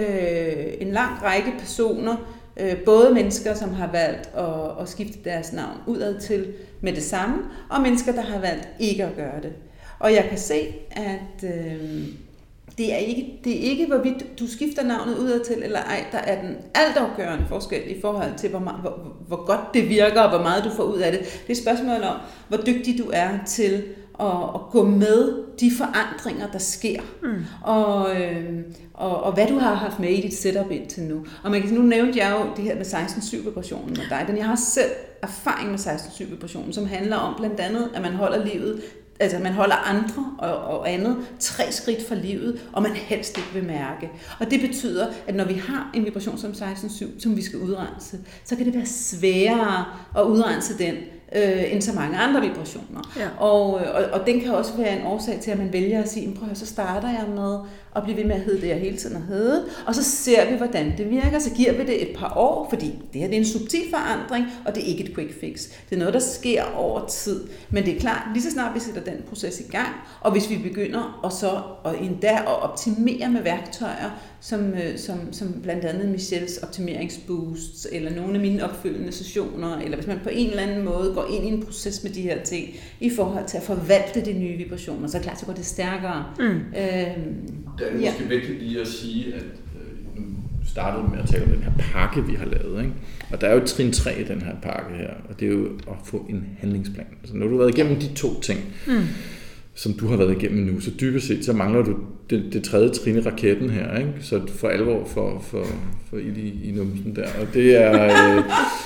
øh, en lang række personer, både mennesker, som har valgt at, at skifte deres navn udad til med det samme, og mennesker, der har valgt ikke at gøre det. Og jeg kan se, at øh, det, er ikke, det er ikke, hvorvidt du skifter navnet udad til eller ej, der er den altafgørende forskel i forhold til, hvor, meget, hvor, hvor godt det virker, og hvor meget du får ud af det. Det er et spørgsmål om, hvor dygtig du er til at, at gå med de forandringer, der sker, mm. og, øh, og, og hvad du har haft med i dit setup indtil nu. Og man kan, nu nævnte jeg jo det her med seksten syv vibrationen med dig, den jeg har selv erfaring med seksten syv vibrationen, som handler om blandt andet, at man holder livet, altså man holder andre og, og andet tre skridt fra livet, og man helst ikke vil mærke. Og det betyder, at når vi har en vibration som seksten syv, som vi skal udrense, så kan det være sværere at udrense den, øh, end så mange andre vibrationer. Ja. Og, og, og den kan også være en årsag til, at man vælger at sige, prøv at så starter jeg med at blive ved med at hedde det, jeg hele tiden har heddet, og så ser vi, hvordan det virker, så giver vi det et par år, fordi det her det er en subtil forandring, og det er ikke et quick fix. Det er noget, der sker over tid. Men det er klart, lige så snart vi sætter den proces i gang, og hvis vi begynder og så og endda at optimere med værktøjer, som, som, som blandt andet Michelles optimeringsboosts, eller nogle af mine opfølgende sessioner, eller hvis man på en eller anden måde går ind i en proces med de her ting, i forhold til at forvalte de nye vibrationer, så klart, så går det stærkere. Mm. Øhm, det er måske ja. vigtigt lige at sige, at øh, nu startede med at tale om den her pakke, vi har lavet, ikke? Og der er jo trin tre i den her pakke her, og det er jo at få en handlingsplan. Så når du har været igennem de to ting, mm. som du har været igennem nu, så dybest set, så mangler du det, det tredje trin i raketten her, ikke? Så for alvor for, for, for ild i, i numsen der, og det er... Øh,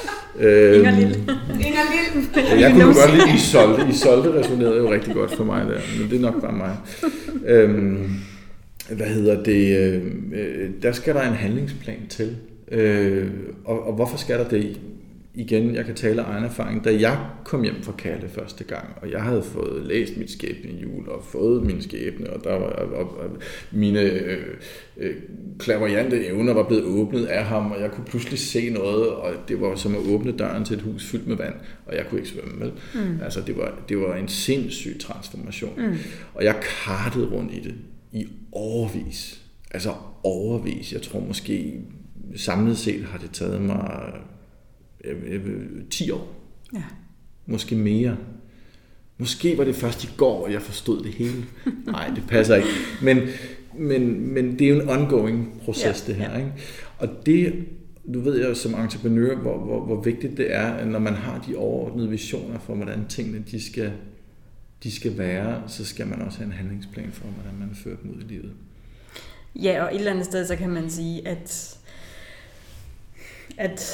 øh, Inger Lille. Inger Lille. Ja, jeg kunne godt lide Isolde. Isolde resonerede jo rigtig godt for mig der, men det er nok bare mig. Øhm, hvad hedder det? Øh, der skal der en handlingsplan til. Øh, og, og hvorfor skal der det? Igen, jeg kan tale af egen erfaring. Da jeg kom hjem fra Kalle første gang, og jeg havde fået læst mit skæbnehjul og fået min skæbne, og der var og, og mine øh, øh, klaverjante evner var blevet åbnet af ham, og jeg kunne pludselig se noget, og det var som at åbne døren til et hus fyldt med vand, og jeg kunne ikke svømme vel. Mm. Altså det var, det var en sindssyg transformation. Mm. Og jeg kartede rundt i det i årevis. Altså overvis. Jeg tror måske samlet set har det taget mig ti år. Ja. Måske mere. Måske var det først i går, at jeg forstod det hele. Nej, det passer ikke. Men, men, men det er jo en ongoing proces, ja, det her. Ja. Ikke? Og det, du ved jo som entreprenør, hvor, hvor, hvor vigtigt det er, at når man har de overordnede visioner for, hvordan tingene de skal, de skal være, så skal man også have en handlingsplan for, hvordan man fører dem ud i livet. Ja, og et eller andet sted, så kan man sige, at at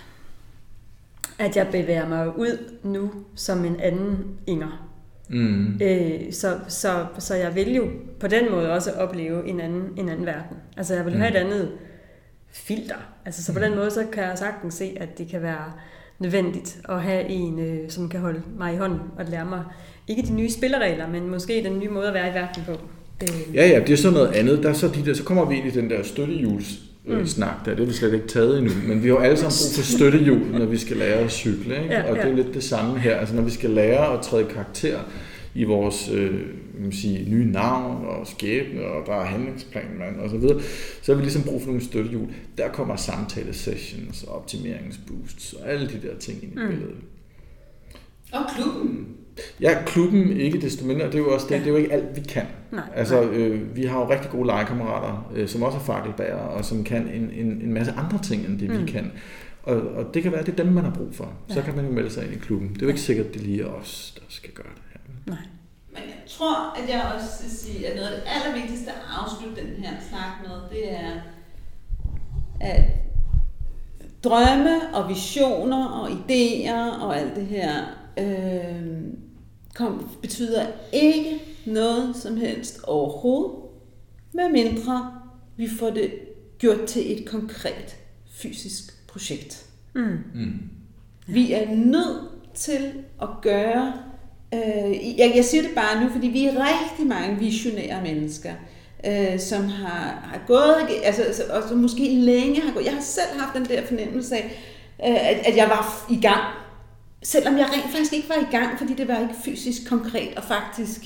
at jeg bevæger mig ud nu som en anden Inger. Mm. Øh, så, så, så jeg vil jo på den måde også opleve en anden, en anden verden. Altså jeg vil have mm. et andet filter. Altså så på den måde, så kan jeg sagtens se, at det kan være nødvendigt at have en, øh, som kan holde mig i hånden og lære mig, ikke de nye spilleregler, men måske den nye måde at være i verden på. Øh. Ja, ja, det er så noget andet. Der er så, de der, så kommer vi ind i den der støttehjuls Mm. snak der, det er vi slet ikke taget endnu, men vi har jo alle sammen brug for støttehjul, når vi skal lære at cykle, ikke? Ja, og det er lidt det samme her, altså når vi skal lære at træde karakter i vores øh, man sige, nye navn og skæbne, og der er handlingsplan og så videre, så har vi ligesom brug for nogle støttehjul. Der kommer samtale-sessions og optimeringsboosts og alle de der ting ind i mm. billedet. Og klubben. Ja, klubben ikke desto mindre, det er jo også det, ja. Det er jo ikke alt vi kan. Nej, altså, nej. Øh, vi har jo rigtig gode legekammerater, øh, som også er fakkelbærere, og som kan en, en, en masse andre ting, end det mm. vi kan. Og, og det kan være, at det er dem, man har brug for. Så ja. Kan man jo melde sig ind i klubben. Det er jo ikke sikkert, at det lige er os, der skal gøre det her. Nej. Men jeg tror, at jeg også vil sige, at noget af det allervigtigste at afslutte den her snak med, det er, at drømme og visioner og idéer og alt det her øh, kom, betyder ikke noget som helst overhovedet, medmindre vi får det gjort til et konkret fysisk projekt. Mm. Mm. Vi er nødt til at gøre, øh, jeg, jeg siger det bare nu, fordi vi er rigtig mange visionære mennesker, øh, som har, har gået, altså, og som måske længe har gået. Jeg har selv haft den der fornemmelse af, øh, at, at jeg var i gang, selvom jeg rent faktisk ikke var i gang, fordi det var ikke fysisk konkret og faktisk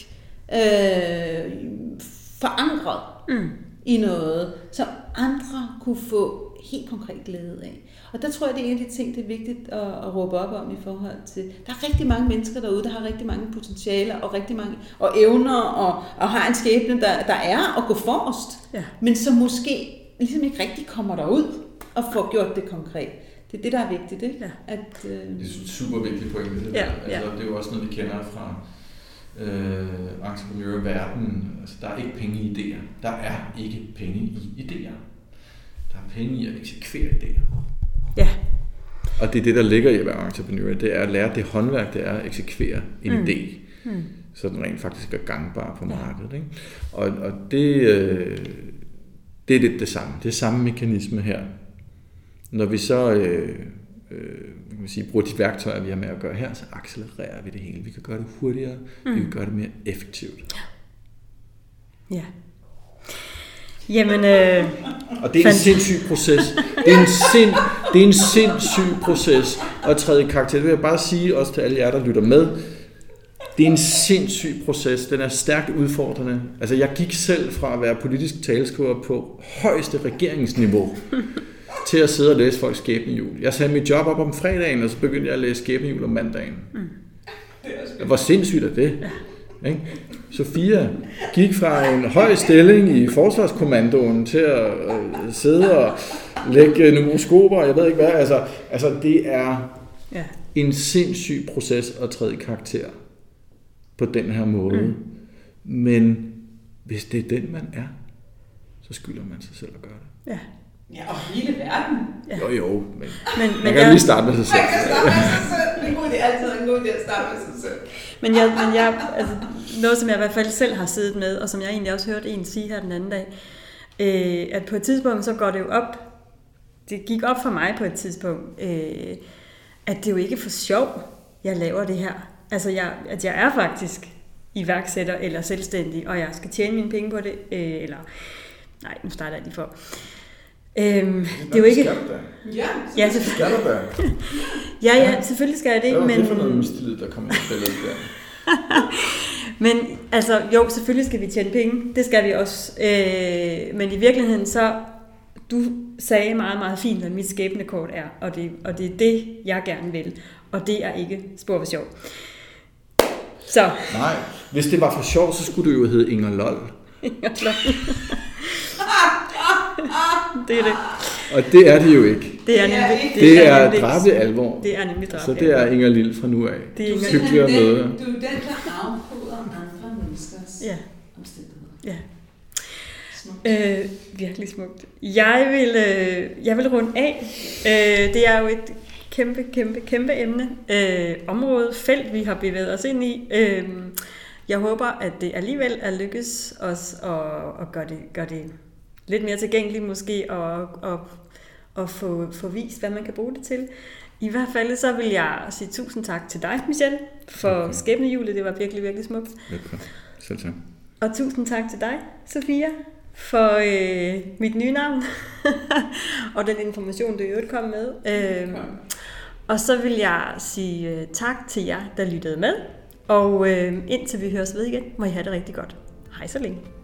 øh, forankret mm. i noget, som andre kunne få helt konkret glæde af. Og der tror jeg, det er en af de ting, det er vigtigt at, at råbe op om i forhold til, der er rigtig mange mennesker derude, der har rigtig mange potentialer og rigtig mange og evner og, og har en skæbne, der, der er at gå forrest, ja. Men som måske ligesom ikke rigtig kommer derud og får gjort det konkret. Det er det, der er vigtigt, ikke? Ja. At, øh... Det er super vigtigt pointe. Det, ja, altså, ja. Det er jo også noget, vi kender fra øh, entreprenørverdenen. Altså, der er ikke penge i idéer. Der er ikke penge i idéer. Der er penge i at eksekvere idéer. Ja. Og det er det, der ligger i at være entreprenør. Det er at lære det håndværk, det er at eksekvere en mm. idé. Mm. Så den rent faktisk er gangbar på markedet. Ikke? Og, og det, øh, det er lidt det samme. Det er samme mekanisme her. Når vi så øh, øh, kan man sige, bruger de værktøjer, vi har med at gøre her, så accelererer vi det hele. Vi kan gøre det hurtigere, mm. vi kan gøre det mere effektivt. Ja. Jamen, øh, og det er en sindssyg proces. Det er en, sind, det er en sindssyg proces at træde i karakter. Det vil jeg bare sige også til alle jer, der lytter med. Det er en sindssyg proces. Den er stærkt udfordrende. Altså, jeg gik selv fra at være politisk taleskriver på højeste regeringsniveau til at sidde og læse folks skæbnehjul. Jeg satte mit job op om fredagen, og så begyndte jeg at læse skæbnehjul om mandagen. Mm. Hvor sindssygt er det? Ja. Ikke? Sofia gik fra en høj stilling i forsvarskommandoen til at øh, sidde og lægge numeroskoper, jeg ved ikke hvad. Altså, altså det er ja. en sindssyg proces at træde i karakter på den her måde. Mm. Men hvis det er den, man er, så skylder man sig selv at gøre det. Ja. Ja, og hele verden. Ja. Jo, jo, men, men man men kan jeg, lige starte med sig selv. Man kan starte med sig selv. Det er altid en god idé at starte med sig selv. Men jeg, men jeg, altså, noget, som jeg i hvert fald selv har siddet med, og som jeg egentlig også hørte en sige her den anden dag, øh, at på et tidspunkt, så går det jo op, det gik op for mig på et tidspunkt, øh, at det jo ikke er for sjov, jeg laver det her. Altså, jeg, at jeg er faktisk iværksætter eller selvstændig, og jeg skal tjene mine penge på det, øh, eller, nej, nu starter jeg lige for. Øhm, det er jo ikke... Ja, ja, selvfølgelig skal du da. ja, ja, selvfølgelig skal jeg det. Det var men... det for noget mistillid, der kommer i spillet der. Men altså, jo, selvfølgelig skal vi tjene penge. Det skal vi også. Øh, men i virkeligheden så... Du sagde meget, meget fint, hvad mit skæbnekort er. Og det, og det er det, jeg gerne vil. Og det er ikke spor for sjov. Så. Nej, hvis det var for sjov, så skulle du jo hedde Inger Lol. Inger Lol. Det er det. Og det er det jo ikke. Det er nemlig det, det er, er drabelig alvor. Det er nemlig drabelig. Så det er Inger Lille fra nu af. Det er Inger Hyggeligere den, møder. Du er den, der afkoder andre menneskers ja. omstændigheder. Ja. Smukt. Øh, virkelig smukt. Jeg vil, øh, jeg vil runde af. Øh, det er jo et kæmpe, kæmpe, kæmpe emne. Øh, område, felt, vi har bevæget os ind i. Øh, jeg håber, at det alligevel er lykkes os at, at gøre det, gøre det lidt mere tilgængeligt måske, og, og, og få, få vist, hvad man kan bruge det til. I hvert fald så vil jeg sige tusind tak til dig, Michelle, for okay. skæbnehjulet. Det var virkelig, virkelig smukt. Velkommen. Selv tak. Og tusind tak til dig, Sofia, for øh, mit nye navn, og den information, du i øvrigt kom med. Øh, og så vil jeg sige øh, tak til jer, der lyttede med. Og øh, indtil vi høres ved igen, må I have det rigtig godt. Hej så længe.